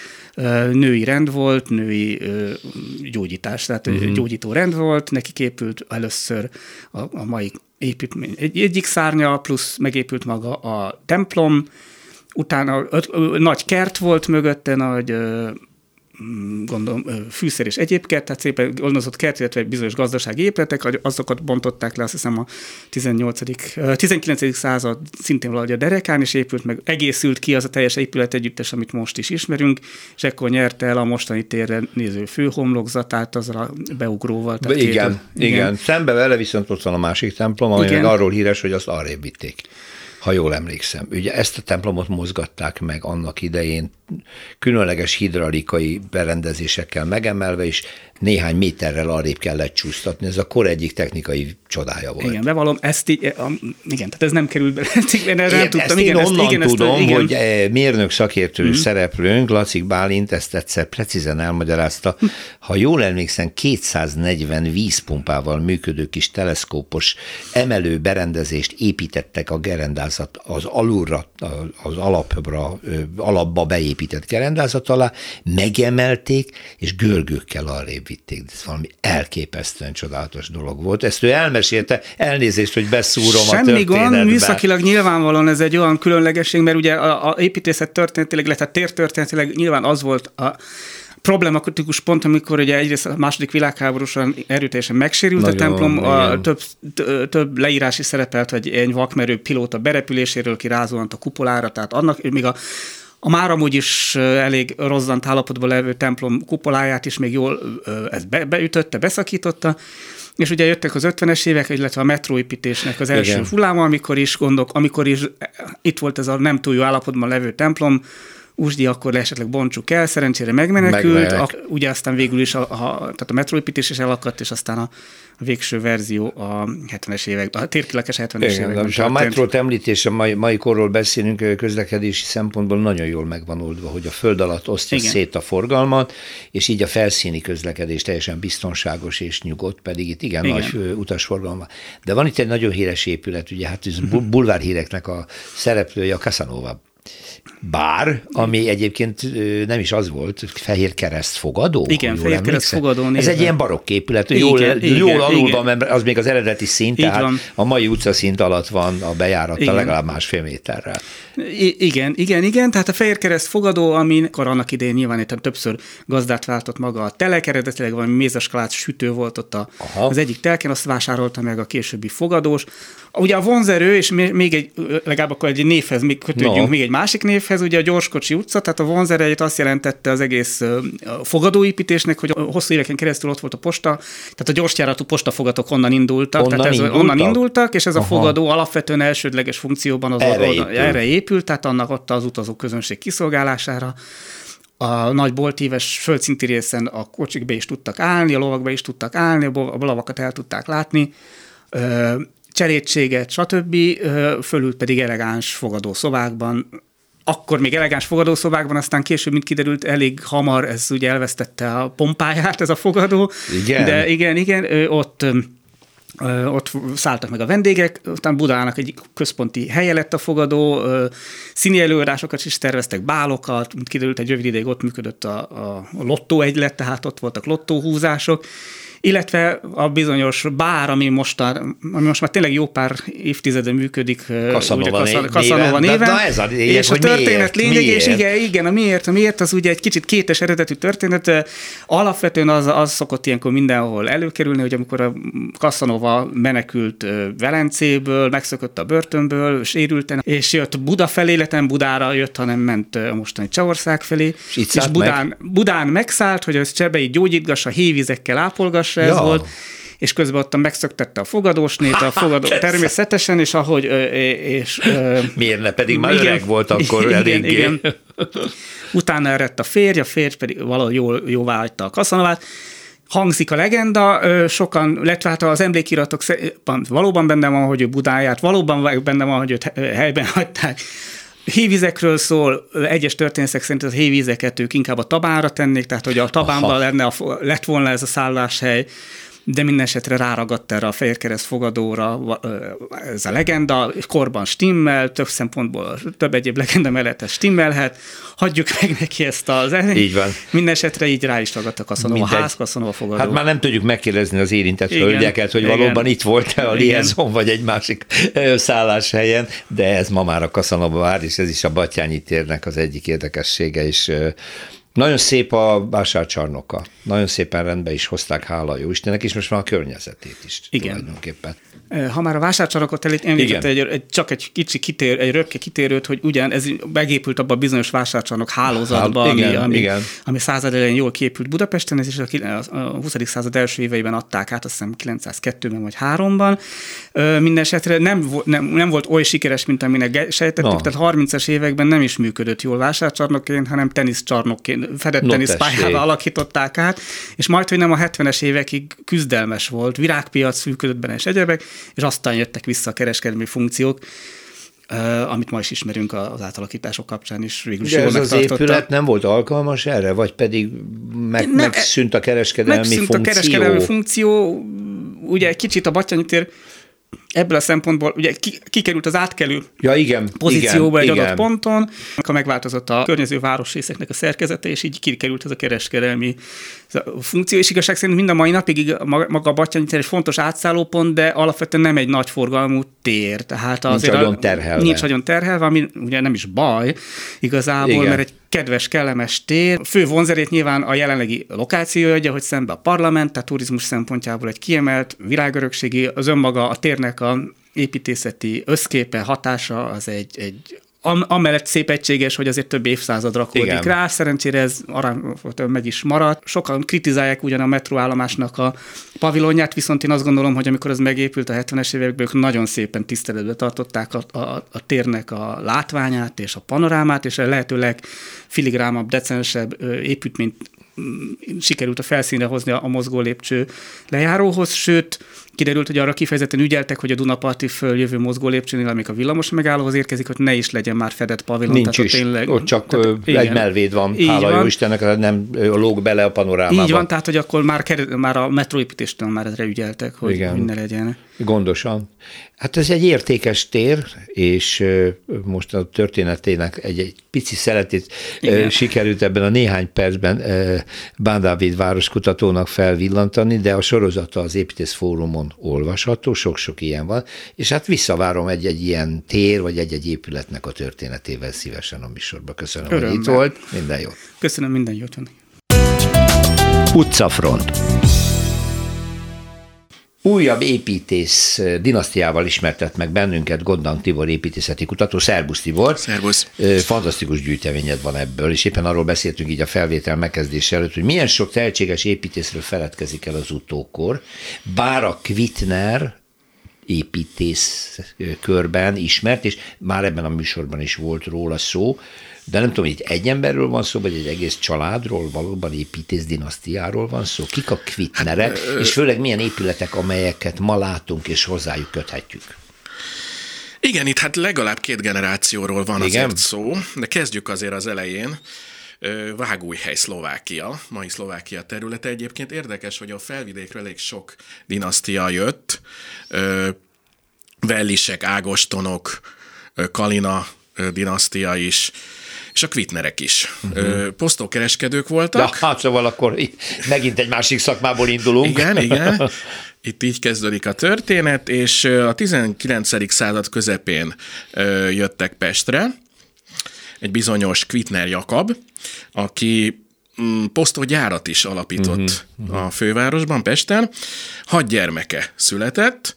Női rend volt, női gyógyítás, tehát uh-huh. gyógyító rend volt, nekik épült először a, a mai építmény egy, egyik szárnya, plusz megépült maga a templom, utána ö, ö, nagy kert volt mögötte, nagy ö, gondolom fűszer és egyéb kert, tehát szépen gondozott kert, illetve bizonyos gazdasági épületek, azokat bontották le, azt hiszem a tizenkilencedik század szintén valahogy a derekán, és épült meg, egészült ki az a teljes épület együttes, amit most is ismerünk, és ekkor nyerte el a mostani térre néző főhomlokzatát azzal a beugróval. Igen, két, igen, igen. Szembe vele viszont ott van a másik templom, ami meg arról híres, hogy azt arrébb vitték. Ha jól emlékszem. Ugye ezt a templomot mozgatták meg annak idején különleges hidraulikai berendezésekkel megemelve, és néhány méterrel arrébb kellett csúsztatni. Ez a kor egyik technikai csodája volt. Igen, bevallom, ezt így, igen, tehát ez nem került be. Én erre nem tudtam. Ezt igen, én onnan igen, tudom, ezt, igen. hogy mérnök szakértő mm. szereplőnk, Lacik Bálint ezt egyszer precízen elmagyarázta. Ha jól emlékszem, kétszáznegyven vízpumpával működő kis teleszkópos emelő berendezést építettek a gerendázat az alulra, az alapra, alapba beépített gerendázat alá, megemelték, és görgőkkel arrébb vitték. Ez valami elképesztően csodálatos dolog volt. Ezt ő elmesélte, elnézést, hogy beszúrom Semmi a történetbe. Semmi gond, műszakilag nyilvánvalóan ez egy olyan különlegesség, mert ugye a, a építészet történetileg, illetve tértörténetileg nyilván az volt a problematikus pont, amikor ugye egyrészt a második világháborúsan erőteljesen megsérült nagyon, a templom, a több, több leírás is szerepelt, hogy egy vakmerő pilóta berepüléséről kirázóant a kupolára, tehát annak, még a A már amúgy is elég rozzant állapotban levő templom kupoláját is még jól ezt be, beütötte, beszakította, és ugye jöttek az ötvenes évek, illetve a metróépítésnek az első hulláma, amikor is gondok, amikor is itt volt ez a nem túl jó állapotban levő templom, Úsdi akkor esetleg bontsuk el, szerencsére megmenekült, a, ugye aztán végül is a, a, tehát a metróépítés is elakadt, és aztán a végső verzió a hetvenes évek, a térkilakes hetvenes években. Ha a metrót említés, a mai, mai korról beszélünk, közlekedési szempontból nagyon jól megvan oldva, hogy a föld alatt osztja Igen. szét a forgalmat, és így a felszíni közlekedés teljesen biztonságos és nyugodt, pedig itt igen, igen. nagy utasforgalma. De van itt egy nagyon híres épület, ugye hát ez bulvárhíreknek a szereplője, a Casanova bár, ami egyébként nem is az volt, Fehér Kereszt fogadó? Igen, Fehér Kereszt fogadó néven. Ez egy ilyen barokk épület, igen, jól, igen, jól alul igen. van, mert az még az eredeti szint, Így tehát van. a mai utcaszint alatt van a bejárata Igen. legalább másfél méterrel. I- igen, igen, igen, tehát a Fehér Kereszt fogadó, amikor annak idején nyilván többször gazdát váltott maga a telek, eredetileg valami mézeskalát sütő volt ott a, az egyik telken, azt vásárolta meg a későbbi fogadós. Ugye a vonzerő, és még egy, legalább akkor egy névhez, még kötődjünk no. még egy másik névhez, ugye a Gyorskocsi utca, tehát a vonzerejét azt jelentette az egész fogadóépítésnek, hogy hosszú éveken keresztül ott volt a posta, tehát a gyorsjáratú postafogatok onnan indultak, onnan tehát ez, indultak? onnan indultak, és ez Aha. a fogadó alapvetően elsődleges funkcióban az erre, oda, épül. erre épült, tehát annak ott az utazó közönség kiszolgálására. A nagy boltíves földszinti részen a kocsik be is tudtak állni, a lovak be is tudtak állni, a lavakat el tudták látni, cserétséget, stb. Fölül pedig elegáns fogadószobákban. Akkor még elegáns fogadószobákban, aztán később, mint kiderült, elég hamar ez ugye elvesztette a pompáját, ez a fogadó. Igen. De igen, igen, ott... Ott szálltak meg a vendégek, utána Budának egy központi helye lett a fogadó, színi előadásokat is terveztek, bálokat, mint kiderült, egy rövid ideig ott működött a, a lottó egylet, tehát ott voltak lottóhúzások, illetve a bizonyos bár, ami most, a, ami most már tényleg jó pár évtizede működik. Casanova ugye, néven. Casanova néven. Na ez a lényeg, és a hogy történet miért? lényeg, miért? és igen, igen, a miért, a miért, az ugye egy kicsit kétes eredetű történet. Alapvetően az, az szokott ilyenkor mindenhol előkerülni, hogy amikor a Casanova menekült Velencéből, megszökött a börtönből, sérülten, és jött Buda felé, illetve Budára jött, hanem ment a mostani Csehország felé. És, itt és Budán, meg? Budán megszállt, hogy az csebeit gyógyítgassa, hévizekkel ápolgassa, ez ja. volt. És közben ott megszöktette a fogadósnét, a fogadó természetesen, és ahogy... És, miért ne, pedig már igen, öreg volt akkor igen, eléggé. Igen. Utána eredt a férj, a férj pedig valahogy jól, jóvá hagyta a Casanovát. Hangzik a legenda, sokan, illetve az emlékiratok valóban benne van, hogy ő Budán járt, valóban benne van, hogy őt helyben hagyták. Hévizekről szól, egyes történészek szerint az hévizeket ők inkább a Tabánra tennék, tehát hogy a Tabánban lenne a, lett volna ez a szálláshely, de minden esetre ráragadt erre a Fehér Kereszt fogadóra ez a legenda, korban stimmel, több szempontból, több egyéb legenda mellett ez stimmelhet, hagyjuk meg neki ezt az... Így van. Minden esetre így rá is ragadtak Casanova, a ház, Casanova fogadó. Hát már nem tudjuk megkérdezni az érintett hölgyeket, hogy igen. valóban itt volt-e a liaison, vagy egy másik szálláshelyen, de ez ma már a Casanova vár, és ez is a Batthyány térnek az egyik érdekessége, és nagyon szép a vásárcsarnoka. Nagyon szépen rendbe is hozták, hála jó Istennek, és most már a környezetét is igen. tulajdonképpen. Ha már a vásárcsarnokot említette, egy, egy, csak egy kicsi kitér, egy röpke kitérőt, hogy ugyan ez megépült abban a bizonyos vásárcsarnok hálózatban, Hál, igen, ami, ami, igen. ami század elején jól képült Budapesten, ez is a huszadik század első éveiben adták át, azt hiszem kilencszázkettőben vagy háromban. Mindenesetre nem, nem, nem volt oly sikeres, mint aminek sejtettük, no. tehát harmincas években nem is működött jól vásárcsarnokként, hanem teniszcsarnokként, fedett no, teniszpályába alakították át, és majd, hogy nem a hetvenes évekig küzdelmes volt, virágpiac működött benne és egyebek, és aztán jöttek vissza a kereskedelmi funkciók, uh, amit ma is ismerünk az átalakítások kapcsán is. Végül is de ez az épület nem volt alkalmas erre, vagy pedig meg, nem, megszűnt a kereskedelmi megszűnt funkció? Megszűnt a kereskedelmi funkció, ugye egy kicsit a Batthyány tér ebből a szempontból ugye kikerült az átkelő ja, igen, pozícióba igen, egy igen. adott ponton, akkor megváltozott a környező városrészeknek a szerkezete, és így kikerült ez a kereskedelmi funkció, és igazság szerint mind a mai napig maga a Batthyány tér egy fontos átszállópont, de alapvetően nem egy nagy forgalmú tér. Tehát nincs nagyon terhelve. Nincs nagyon terhelve, ami ugye nem is baj igazából, igen. mert egy kedves, kellemes tér. Fő vonzerét nyilván a jelenlegi lokációja adja, hogy szembe a parlament, tehát turizmus szempontjából egy kiemelt, világörökségi, az önmaga a térnek a építészeti összképe, hatása az egy, egy amellett szép egységes, hogy azért több évszázad rakódik igen. rá, szerencsére ez aránylag meg is maradt. Sokan kritizálják ugyan a metróállomásnak a pavilonját, viszont én azt gondolom, hogy amikor ez megépült a hetvenes években, ők nagyon szépen tiszteletbe tartották a, a, a térnek a látványát és a panorámát, és a lehető legfiligrámabb, decensebb építményt sikerült a felszínre hozni a mozgó lépcső lejáróhoz, sőt, kiderült, hogy arra kifejezetten ügyeltek, hogy a Dunaparti följövő mozgó lépcsőnél, amik a villamos megállóhoz érkezik, hogy ne is legyen már fedett pavilon. Nincs is, tényleg, ott csak tehát, egy igen. melvéd van, így hála van. Jó Istennek, nem lóg bele a panorámába. Így van, tehát hogy akkor már, már a metróépítéstől már ezre ügyeltek, hogy, hogy ne legyen. Gondosan. Hát ez egy értékes tér, és most a történetének egy, egy pici szeletét Igen. sikerült ebben a néhány percben Bán Dávid városkutatónak felvillantani, de a sorozata az Építész Fórumon olvasható, sok-sok ilyen van, és hát visszavárom egy-egy ilyen tér, vagy egy-egy épületnek a történetével szívesen a műsorba. Köszönöm, Örömmel. hogy itt volt. Minden jót. Köszönöm, minden jót. Utcafront. Újabb építész dinasztiával ismertett meg bennünket Gondang Tibor építészeti kutató. Szerbusz Tibor! Szerbusz! Fantasztikus gyűjteményed van ebből, és éppen arról beszéltünk így a felvétel megkezdése előtt, hogy milyen sok tehetséges építészről feledkezik el az utókor, bár a Kvitner építész körben ismert, és már ebben a műsorban is volt róla szó, de nem tudom, hogy itt egy emberről van szó, vagy egy egész családról, valóban építész dinasztiáról van szó. Kik a Kvitnerek, hát, és főleg milyen épületek, amelyeket ma látunk, és hozzájuk köthetjük? Igen, itt hát legalább két generációról van Igen? azért szó, de kezdjük azért az elején. Vágújhely, Szlovákia, mai Szlovákia területe. Egyébként érdekes, hogy a felvidékről elég sok dinasztia jött. Vellisek, Ágostonok, Kalina dinasztia is, és a Kvitnerek is. Uh-huh. Posztókereskedők voltak. De hát szóval akkor megint egy másik szakmából indulunk. Igen, igen. Itt így kezdődik a történet, és a tizenkilencedik század közepén jöttek Pestre egy bizonyos Kvitner Jakab, aki posztógyárat is alapított uh-huh. a fővárosban, Pesten. Hat gyermeke született.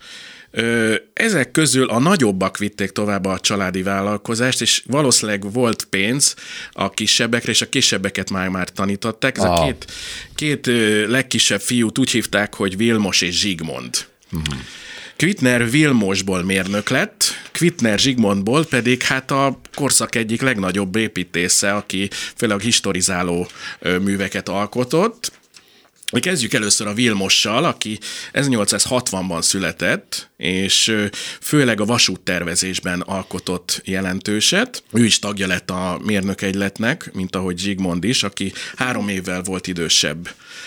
Ezek közül a nagyobbak vitték tovább a családi vállalkozást, és valószínűleg volt pénz a kisebbekre, és a kisebbeket már már tanították. Ez ah. a két, két legkisebb fiút úgy hívták, hogy Vilmos és Zsigmond. Uh-huh. Kvitner Vilmosból mérnök lett, Kvitner Zsigmondból pedig hát a korszak egyik legnagyobb építésze, aki főleg historizáló műveket alkotott. Kezdjük először a Vilmossal, aki ezernyolcszázhatvanban született, és főleg a vasúttervezésben alkotott jelentőset. Ő is tagja lett a mérnökegyletnek, mint ahogy Zsigmond is, aki három évvel volt idősebb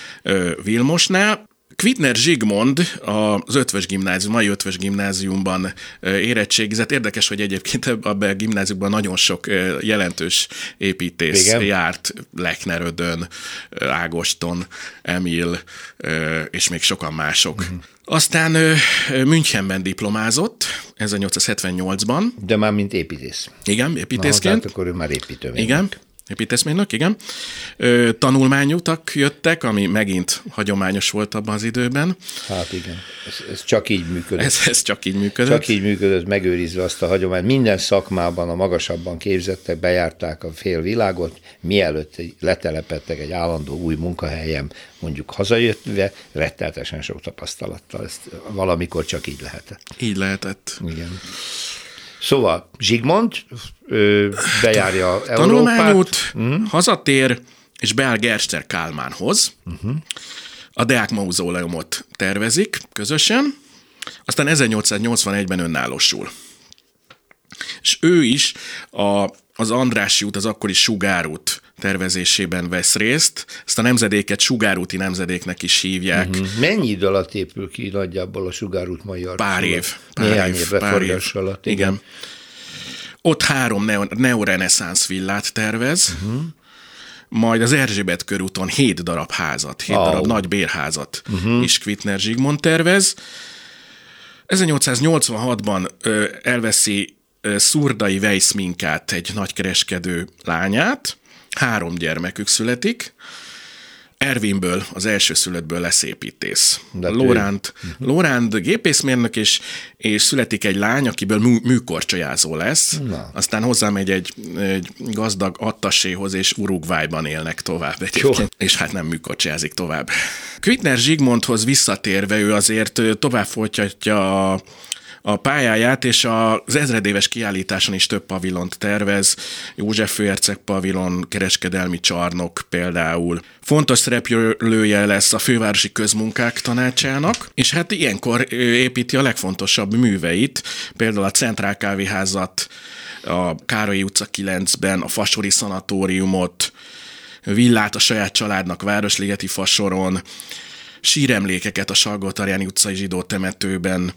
Vilmosnál. Kvitner Zsigmond az Ötvös Gimnázium, mai Ötvös Gimnáziumban érettségizett. Érdekes, hogy egyébként abban a gimnáziumban nagyon sok jelentős építész Igen. járt, Lechner Ödön, Ágoston, Emil, és még sokan mások. Uh-huh. Aztán Münchenben diplomázott, ezernyolcszázhetvennyolcban. De már mint építész. Igen, építészként. Na, akkor ő már építőmérnök. Igen. Építészmérnök, igen. Ö, tanulmányutak jöttek, ami megint hagyományos volt abban az időben. Hát igen, ez, ez csak így működött. Ez, ez csak így működött. Csak így működött, megőrizve azt a hagyományt. Minden szakmában a magasabban képzettek, bejárták a fél világot, mielőtt letelepedtek egy állandó új munkahelyen, mondjuk hazajöttve, retteltesen sok tapasztalattal. Ezt valamikor csak így lehetett. Így lehetett. Igen. Szóval Zsigmond ö, bejárja Európát. Tanulmányút, uh-huh. hazatér, és beáll Gerster Kálmánhoz. Uh-huh. A Deák mauzóleumot tervezik közösen, aztán ezernyolcszáznyolcvanegyben önállósul. És ő is a, az Andrássy út, az akkori Sugárút tervezésében vesz részt. Ezt a nemzedéket Sugárúti nemzedéknek is hívják. Uh-huh. Mennyi idő alatt épül ki nagyjából a Sugárút mai arcúlat? Pár év. Pár Néhány év, év pár év. alatt. Igen. igen. Ott három neo- neoreneszánsz villát tervez, uh-huh. majd az Erzsébet körúton hét darab házat, hét oh. darab nagy bérházat uh-huh. is Kvitner Zsigmond tervez. ezernyolcszáznyolcvanhatban ö, elveszi ö, Szurdai Weiss-Minkát, egy nagykereskedő lányát, három gyermekük születik, Ervinből, az elsőszülöttből lesz építész. Lóránd, uh-huh. Lóránd gépészmérnök, és, és születik egy lány, akiből mű, műkorcsolyázó lesz. Na. Aztán hozzámegy egy, egy gazdag attaséhoz, és Uruguayban élnek tovább egyébként. És hát nem műkorcsolyázik tovább. Kvitner Zsigmondhoz visszatérve ő azért tovább folytatja a a pályáját, és az ezredéves kiállításon is több pavilont tervez, József főherceg pavilon, kereskedelmi csarnok például. Fontos szereplője lesz a fővárosi közmunkák tanácsának, és hát ilyenkor építi a legfontosabb műveit, például a Centrál kávéházat, a Károlyi utca kilencben, a Fasori szanatóriumot, villát a saját családnak Városligeti Fasoron, síremlékeket a Salgótarjáni utcai zsidó temetőben.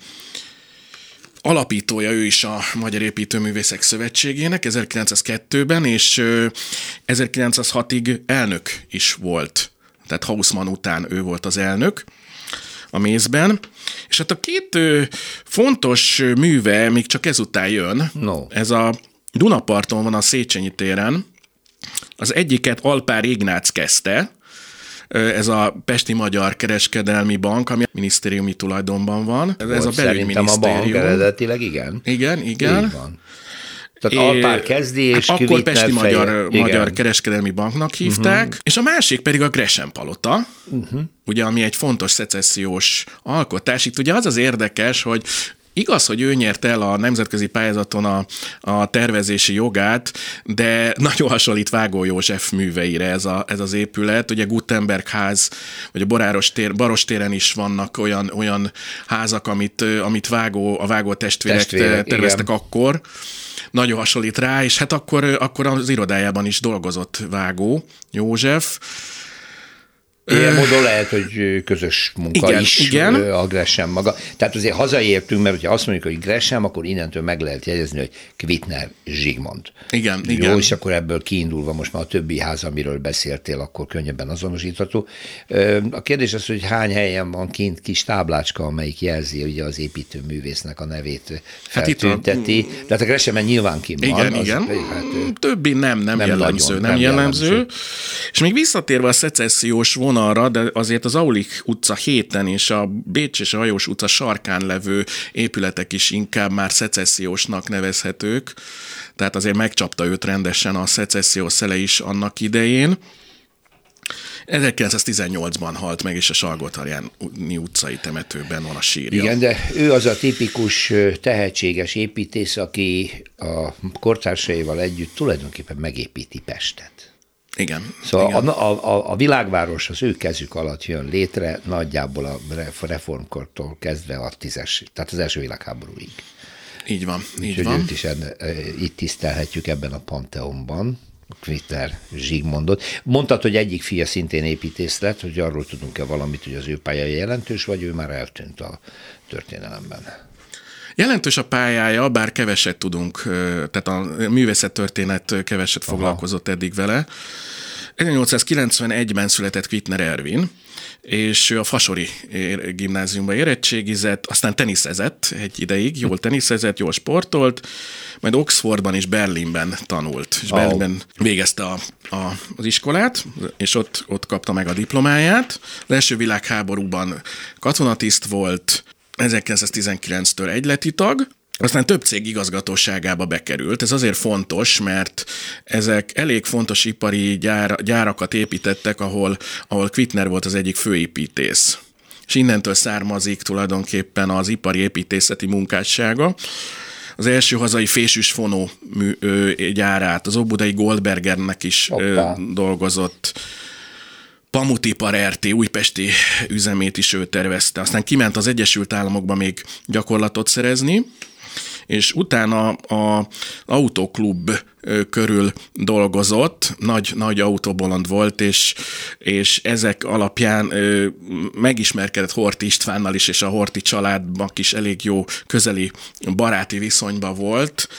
Alapítója ő is a Magyar Építőművészek Szövetségének ezerkilencszázkettőben, és ezerkilencszázhatig elnök is volt. Tehát Haussmann után ő volt az elnök a mészben. És hát a két fontos műve még csak ezután jön. No. Ez a Dunaparton van a Széchenyi téren. Az egyiket Alpár Ignác kezdte, ez a Pesti Magyar Kereskedelmi Bank, ami a minisztériumi tulajdonban van. Ez Volt, a szerintem a bank eredetileg, igen. Igen, igen. Így van. Tehát Alpár kezdi, és hát akkor Pesti feje. Magyar, Magyar Kereskedelmi Banknak hívták, uh-huh. és a másik pedig a Gresham Palota, uh-huh. ugye, ami egy fontos szecessziós alkotás. Itt ugye az az érdekes, hogy igaz, hogy ő nyert el a nemzetközi pályázaton a, a tervezési jogát, de nagyon hasonlít Vágó József műveire ez, a, ez az épület. Ugye Gutenberg ház, vagy a Boráros tér, Baros téren is vannak olyan, olyan házak, amit, amit Vágó, a Vágó testvérek, testvérek terveztek igen. akkor. Nagyon hasonlít rá, és hát akkor, akkor az irodájában is dolgozott Vágó József. Ilyen módon lehet, hogy közös munka igen, is igen. a Gresham maga. Tehát azért hazaértünk, mert ha azt mondjuk, hogy Gresham, akkor innentől meg lehet jegyezni, hogy Kvitner Zsigmond. Igen, Jó, igen. és akkor ebből kiindulva most már a többi ház, amiről beszéltél, akkor könnyebben azonosítható. A kérdés az, hogy hány helyen van kint kis táblácska, amelyik jelzi ugye az építőművésznek a nevét feltünteti. Hát a... Tehát a Greshamen nyilván kint van. Igen, az, igen. Hát, többi nem, nem, nem jellemző. Nagyon, nem, nem jellemző. jellemző. És még visszatérve a szecessziós vonalra, de azért az Aulich utca héten és a Bécs és a Hajós utca sarkán levő épületek is inkább már szecessziósnak nevezhetők, tehát azért megcsapta őt rendesen a szecesszió szele is annak idején. ezerkilencszáztizennyolcban halt meg, és a Salgótarjáni utcai temetőben van a sírja. Igen, de ő az a tipikus tehetséges építész, aki a kortársaival együtt tulajdonképpen megépíti Pestet. Igen. Szóval igen. A, a, a világváros az ő kezük alatt jön létre, nagyjából a reformkortól kezdve a tízes, tehát az első világháborúig. Így van, így Úgyhogy van. őt is enne, itt tisztelhetjük ebben a Panteonban, Kvitner Zsigmondot. Mondtad, hogy egyik fia szintén építész lett, hogy arról tudunk-e valamit, hogy az ő pályája jelentős, vagy ő már eltűnt a történelemben? Jelentős a pályája, bár keveset tudunk, tehát a művészettörténet keveset Aha. foglalkozott eddig vele. ezernyolcszázkilencvenegyben született Kvitner Ervin, és ő a Fasori gimnáziumba érettségizett, aztán teniszezett egy ideig, jól teniszezett, jól sportolt, majd Oxfordban és Berlinben tanult, és oh. Berlinben végezte a, a, az iskolát, és ott, ott kapta meg a diplomáját. Az első világháborúban katonatiszt volt, ezerkilencszáztizenkilenctől egyleti tag, aztán több cég igazgatóságába bekerült. Ez azért fontos, mert ezek elég fontos ipari gyár, gyárakat építettek, ahol, ahol Kvitner volt az egyik főépítész. És innentől származik tulajdonképpen az ipari építészeti munkássága. Az első hazai fésűs fonó mű, ö, gyárát, az óbudai Goldbergernek is ö, dolgozott. Pamutipar er té újpesti üzemét is ő tervezte. Aztán kiment az Egyesült Államokba még gyakorlatot szerezni, és utána az autóklub körül dolgozott, nagy, nagy autóbolond volt, és, és ezek alapján megismerkedett Horthy Istvánnal is, és a Horthy családban is elég jó közeli baráti viszonyban volt.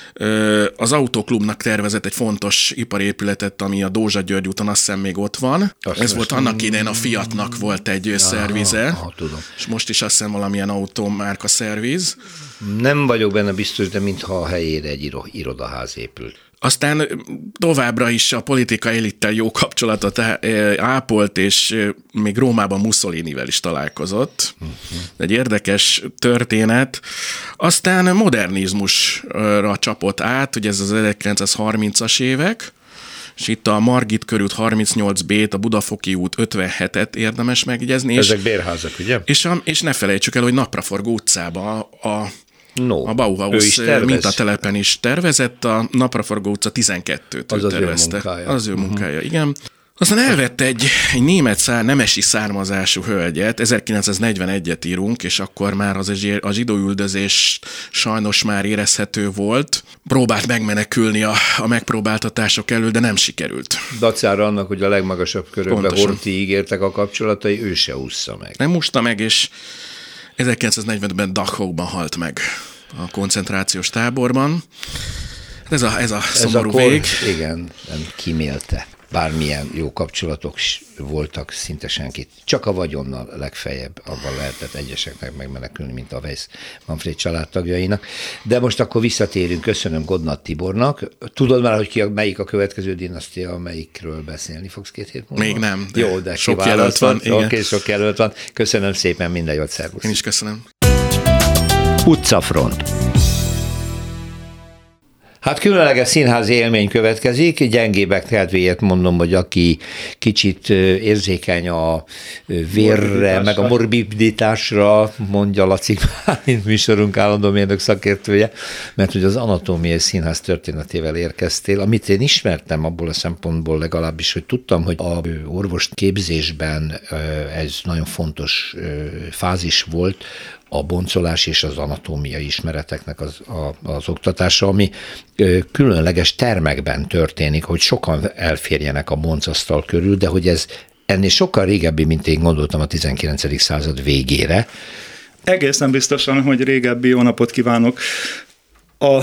Az autóklubnak tervezett egy fontos ipari épületet, ami a Dózsa György úton, azt hiszem még ott van. Azt Ez volt annak idején a Fiatnak volt egy aha, szervize, aha, tudom. És most is azt hiszem valamilyen autómárka szerviz. Nem vagyok benne biztos, de mintha a helyére egy irodaház épült. Aztán továbbra is a politikai elittel jó kapcsolatot ápolt, és még Rómában Mussolinivel is találkozott. Uh-huh. Egy érdekes történet. Aztán modernizmusra csapott át, ugye ez az ezerkilencszázharmincas évek, és itt a Margit körút harmincnyolc bé-t, a Budafoki út ötvenhetet érdemes megjegyezni. Ezek és, bérházak, ugye? És, a, és ne felejtsük el, hogy Napraforgó utcában a No, a Bauhaus mintatelepen is tervezett, a Napraforgó utca tizenkettőt az tervezte. Az ő munkája. Az ő munkája, uh-huh. igen. Aztán elvette egy, egy német szár, nemesi származású hölgyet, ezerkilencszáznegyvenegyet írunk, és akkor már az a zsidóüldözés sajnos már érezhető volt. Próbált megmenekülni a, a megpróbáltatások elől, de nem sikerült. Dacára annak, hogy a legmagasabb körökben Pontosan. Horthy ígértek a kapcsolatai, ő se ússza meg. Nem úszta meg, és ezerkilencszáznegyvenben Dachauban halt meg a koncentrációs táborban. Ez a, ez a szomorú ez akkor, vég. Igen, nem kímélte. Bármilyen jó kapcsolatok voltak, szinte senkit. Csak a vagyonnal legfeljebb abban lehetett egyeseknek megmenekülni, mint a Weiss Manfréd családtagjainak. De most akkor visszatérünk, köszönöm Godnat Tibornak. Tudod már, hogy ki a, melyik a következő dinasztia, amelyikről beszélni fogsz két hét múlva? Még nem. De jó, de sok jelölt van. Oké, okay, sok jelölt van. Köszönöm szépen, minden jót, szervusz. Én is köszönöm. Utcafront. Hát különleges színházi élmény következik, gyengébbek kedvéért mondom, hogy aki kicsit érzékeny a vérre, meg a morbiditásra, mondja Laci Bálint, műsorunk állandó mérnök szakértője, mert hogy az anatómiai színház történetével érkeztél, amit én ismertem abból a szempontból legalábbis, hogy tudtam, hogy a orvos képzésben ez nagyon fontos fázis volt, a boncolás és az anatómiai ismereteknek az, a, az oktatása, ami ö, különleges termekben történik, hogy sokan elférjenek a boncasztal körül, de hogy ez ennél sokkal régebbi, mint én gondoltam a tizenkilencedik század végére. Egészen biztosan, hogy régebbi. Jó napot kívánok! A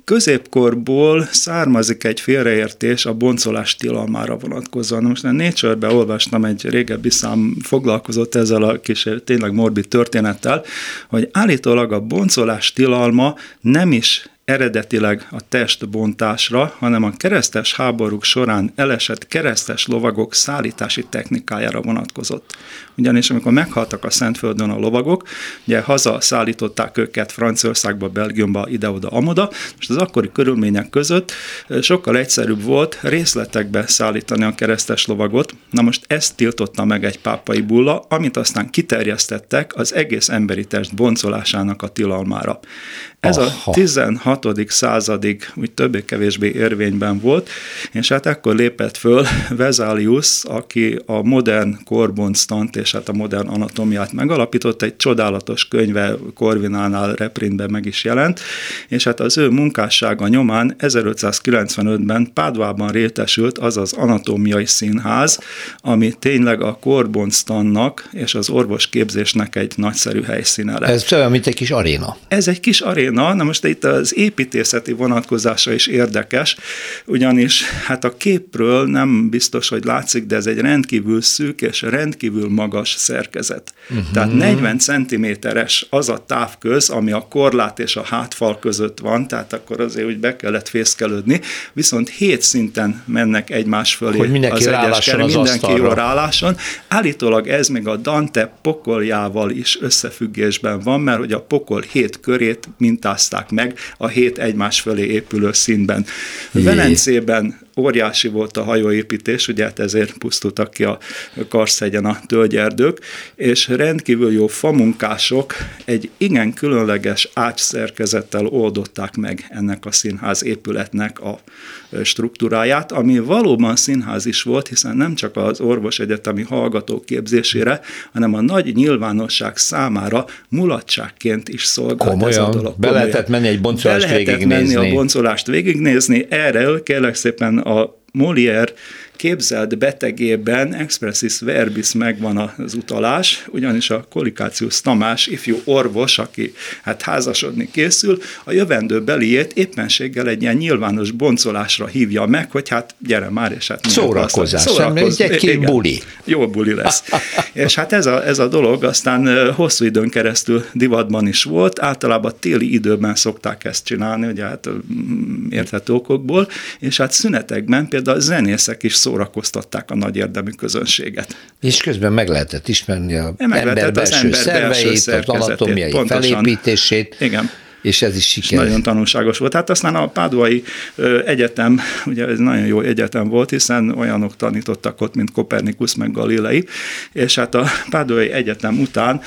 középkorból származik egy félreértés a boncolás tilalmára vonatkozóan. Most a Nature-ben olvastam, egy régebbi szám foglalkozott ezzel a kis tényleg morbid történettel, hogy állítólag a boncolás tilalma nem is eredetileg a testbontásra, hanem a keresztes háborúk során elesett keresztes lovagok szállítási technikájára vonatkozott. Ugyanis amikor meghaltak a Szentföldön a lovagok, ugye haza szállították őket Franciaországba, Belgiumba, ide-oda, amoda, és az akkori körülmények között sokkal egyszerűbb volt részletekbe szállítani a keresztes lovagot. Na most ezt tiltotta meg egy pápai bulla, amit aztán kiterjesztettek az egész emberi test boncolásának a tilalmára. Ez Aha. a tizenhatodik századig úgy többé-kevésbé érvényben volt, és hát ekkor lépett föl Vesalius, aki a modern korbonctant és hát a modern anatomiát megalapított, egy csodálatos könyve Corvinánál reprintben meg is jelent, és hát az ő munkássága nyomán ezerötszázkilencvenötben Pádvában rétesült az az anatómiai színház, ami tényleg a korbonctannak és az orvosképzésnek egy nagyszerű helyszíne lett. Ez olyan, mint egy kis aréna. Ez egy kis aréna, na most itt az építészeti vonatkozása is érdekes, ugyanis hát a képről nem biztos, hogy látszik, de ez egy rendkívül szűk és rendkívül magas szerkezet. Uh-huh. Tehát negyven centiméteres az a távköz, ami a korlát és a hátfal között van, tehát akkor azért úgy be kellett fészkelődni, viszont hét szinten mennek egymás fölé hogy mindenki az egyes ker, az mindenki jól rálásson. Állítólag ez még a Dante pokoljával is összefüggésben van, mert hogy a pokol hét körét mintázták meg a hét egymás fölé épülő színben. Jé. Velencében óriási volt a hajóépítés, ugye hát ezért pusztultak ki a Karszhegyen a tölgyerdők, és rendkívül jó famunkások egy igen különleges ágyszerkezettel oldották meg ennek a színház épületnek a struktúráját, ami valóban színház is volt, hiszen nem csak az orvosegyetemi hallgatók képzésére, hanem a nagy nyilvánosság számára mulatságként is szolgált. Komolyan? Ez a dolog. Be lehetett menni egy boncolást végignézni. Be lehetett menni a boncolást végignézni. Erről kérlek szépen a Molière képzelt betegében expressis verbis megvan az utalás, ugyanis a Kollikácius Tamás ifjú orvos, aki hát házasodni készül, a jövendő beliét éppenséggel egy ilyen nyilvános boncolásra hívja meg, hogy hát gyere már, és hát szórakozás, szórakozz, egy kis buli. Jó buli lesz. És hát ez a, ez a dolog aztán hosszú időn keresztül divatban is volt, általában téli időben szokták ezt csinálni, ugye hát érthető okokból, és hát szünetekben például a zenészek is szórakoztatták a nagy érdemű közönséget. És közben meg lehetett ismerni a meg ember belső szerveit, az anatomiai felépítését. Igen. És ez is sikeres. És nagyon tanulságos volt. Hát aztán a Páduvai Egyetem, ugye ez nagyon jó egyetem volt, hiszen olyanok tanítottak ott, mint Kopernikus meg Galilei, és hát a Páduvai Egyetem után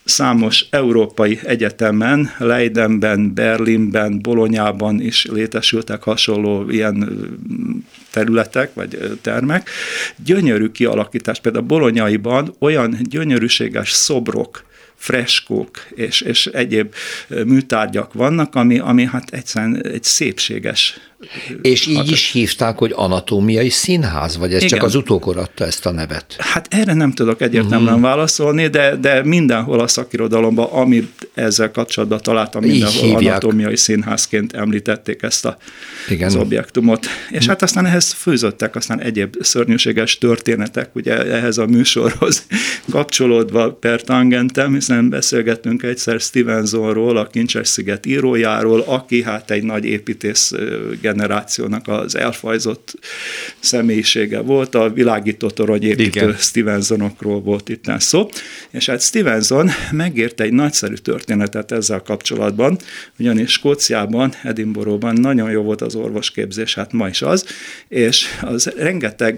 számos európai egyetemen, Leidenben, Berlinben, Bolonyában is létesültek hasonló ilyen területek, vagy termek. Gyönyörű kialakítás, például a bolonyaiban olyan gyönyörűséges szobrok, freskók és, és egyéb műtárgyak vannak, ami, ami hát egyszerűen egy szépséges. És így is hívták, hogy anatómiai színház, vagy ez Igen. csak az utókor adta ezt a nevet? Hát erre nem tudok egyértelműen uh-huh. válaszolni, de, de mindenhol a szakirodalomban, amit ezzel kapcsolatban találtam, mindenhol anatómiai színházként említették ezt a, az objektumot. És hát aztán ehhez főzöttek aztán egyéb szörnyűséges történetek, ugye ehhez a műsorhoz kapcsolódva per tangentem, hiszen beszélgettünk egyszer Stevensonról, a Kincses-sziget írójáról, aki hát egy nagy építész generációnak az elfajzott személyisége volt, a világító toronyépítő Igen. Stevensonokról volt itt szó, és hát Stevenson megírt egy nagyszerű történetet ezzel kapcsolatban, ugyanis Skóciában, Edinburghban nagyon jó volt az orvosképzés, hát ma is az, és az rengeteg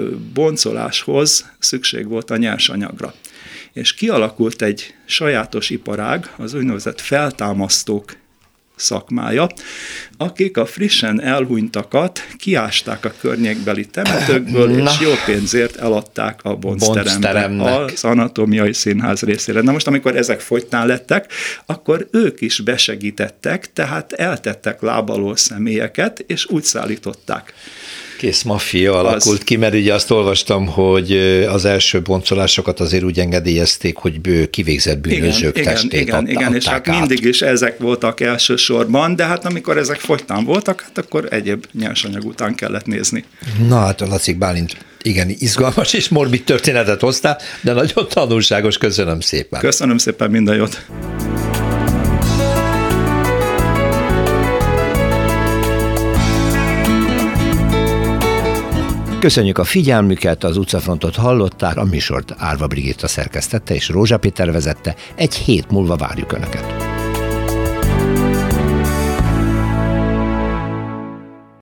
boncoláshoz szükség volt a nyersanyagra. És kialakult egy sajátos iparág, az úgynevezett feltámasztók szakmája, akik a frissen elhunytakat kiásták a környékbeli temetőkből, Na. és jó pénzért eladták a boncterembe, az anatómiai színház részére. Na most, amikor ezek fogytán lettek, akkor ők is besegítettek, tehát eltettek lábalól személyeket, és úgy szállították. Kész maffia alakult az... ki, mert ugye azt olvastam, hogy az első boncolásokat azért úgy engedélyezték, hogy kivégzett bűnözők igen, testét igen, adták igen, és hát át. mindig is ezek voltak elsősorban, de hát amikor ezek fogytán voltak, hát akkor egyéb nyersanyag után kellett nézni. Na hát, Laci Bálint, igen, izgalmas és morbid történetet hoztál, de nagyon tanulságos, köszönöm szépen. Köszönöm szépen, minden jót. Köszönjük a figyelmüket, az utcafrontot hallották, a műsort Árva Brigitta szerkesztette és Rózsa Péter vezette, egy hét múlva várjuk Önöket.